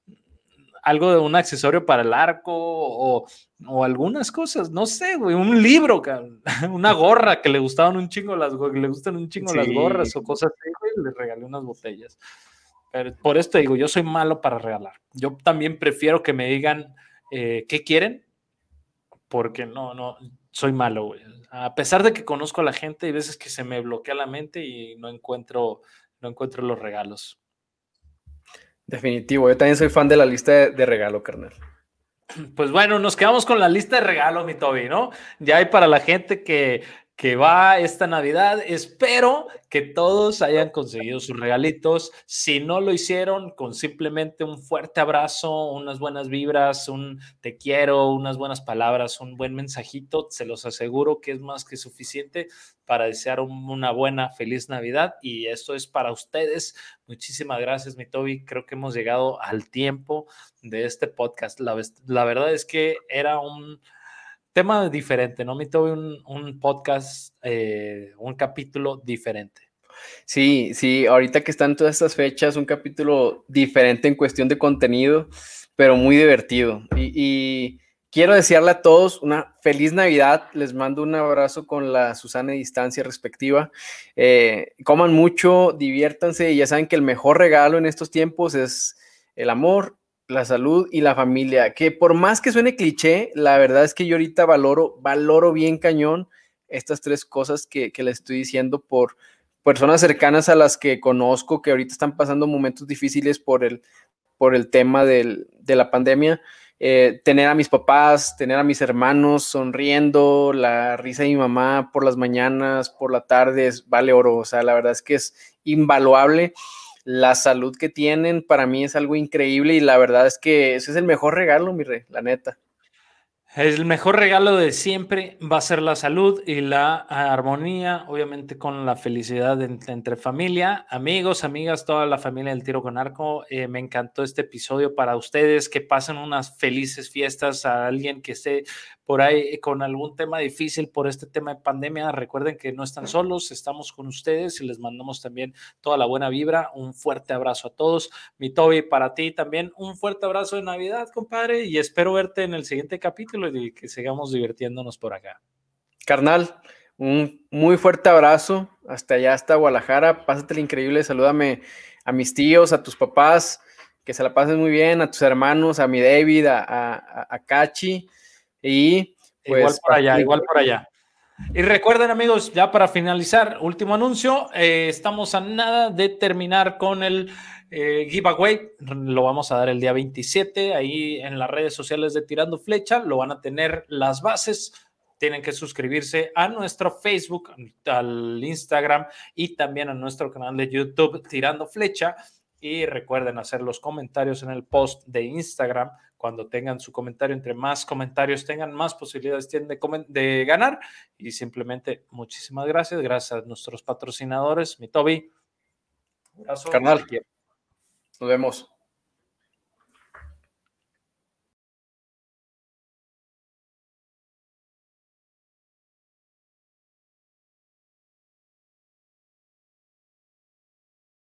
algo de un accesorio para el arco o, o algunas cosas, no sé, güey, un libro, cabrón, una gorra que le gustaban un chingo las que le gustan un chingo sí. las gorras o cosas así, güey, le regalé unas botellas. Pero por esto digo, yo soy malo para regalar. Yo también prefiero que me digan eh, qué quieren, porque no, no, soy malo, güey. A pesar de que conozco a la gente, hay veces que se me bloquea la mente y no encuentro, no encuentro los regalos. Definitivo, yo también soy fan de la lista de, de regalo, carnal. Pues bueno, nos quedamos con la lista de regalo, mi Toby, ¿no? Ya hay para la gente que, que va esta Navidad. Espero que todos hayan conseguido sus regalitos. Si no lo hicieron, con simplemente un fuerte abrazo, unas buenas vibras, un te quiero, unas buenas palabras, un buen mensajito, se los aseguro que es más que suficiente para desear una buena, feliz Navidad. Y esto es para ustedes. Muchísimas gracias, mi Toby. Creo que hemos llegado al tiempo de este podcast. La, la verdad es que era un tema diferente, ¿no, mi Toby? Un, un podcast, eh, un capítulo diferente. Sí, sí, ahorita que están todas estas fechas, un capítulo diferente en cuestión de contenido, pero muy divertido. Y, y quiero desearle a todos una feliz Navidad. Les mando un abrazo con la Susana distancia respectiva. Eh, coman mucho, diviértanse y ya saben que el mejor regalo en estos tiempos es el amor, la salud y la familia. Que por más que suene cliché, la verdad es que yo ahorita valoro, valoro bien cañón estas tres cosas que, que les estoy diciendo por personas cercanas a las que conozco que ahorita están pasando momentos difíciles por el, por el tema del, de la pandemia. Eh, tener a mis papás, tener a mis hermanos sonriendo, la risa de mi mamá por las mañanas, por la tarde, es, vale oro. O sea, la verdad es que es invaluable. La salud que tienen para mí es algo increíble y la verdad es que ese es el mejor regalo, mi rey, la neta. El mejor regalo de siempre va a ser la salud y la armonía, obviamente con la felicidad de, entre familia, amigos, amigas, toda la familia del Tiro con Arco. Eh, me encantó este episodio para ustedes, que pasen unas felices fiestas. A alguien que esté por ahí con algún tema difícil por este tema de pandemia, recuerden que no están solos, estamos con ustedes y les mandamos también toda la buena vibra. Un fuerte abrazo a todos. Mi Toby, para ti también un fuerte abrazo de Navidad, compadre, y espero verte en el siguiente capítulo y que sigamos divirtiéndonos por acá. Carnal, un muy fuerte abrazo hasta allá, hasta Guadalajara. Pásatele increíble, salúdame a mis tíos, a tus papás, que se la pasen muy bien, a tus hermanos, a mi David, a, a, a Cachi. Y pues, igual por allá, igual por allá. Y recuerden, amigos, ya para finalizar, último anuncio, eh, estamos a nada de terminar con el eh, giveaway. Lo vamos a dar el día veintisiete, ahí en las redes sociales de Tirando Flecha, lo van a tener las bases. Tienen que suscribirse a nuestro Facebook, al Instagram y también a nuestro canal de YouTube Tirando Flecha. Y recuerden hacer los comentarios en el post de Instagram. Cuando tengan su comentario, entre más comentarios tengan, más posibilidades tienen de, de ganar. Y simplemente muchísimas gracias. Gracias a nuestros patrocinadores. Mi Toby. Un abrazo. Carnal. Nos vemos.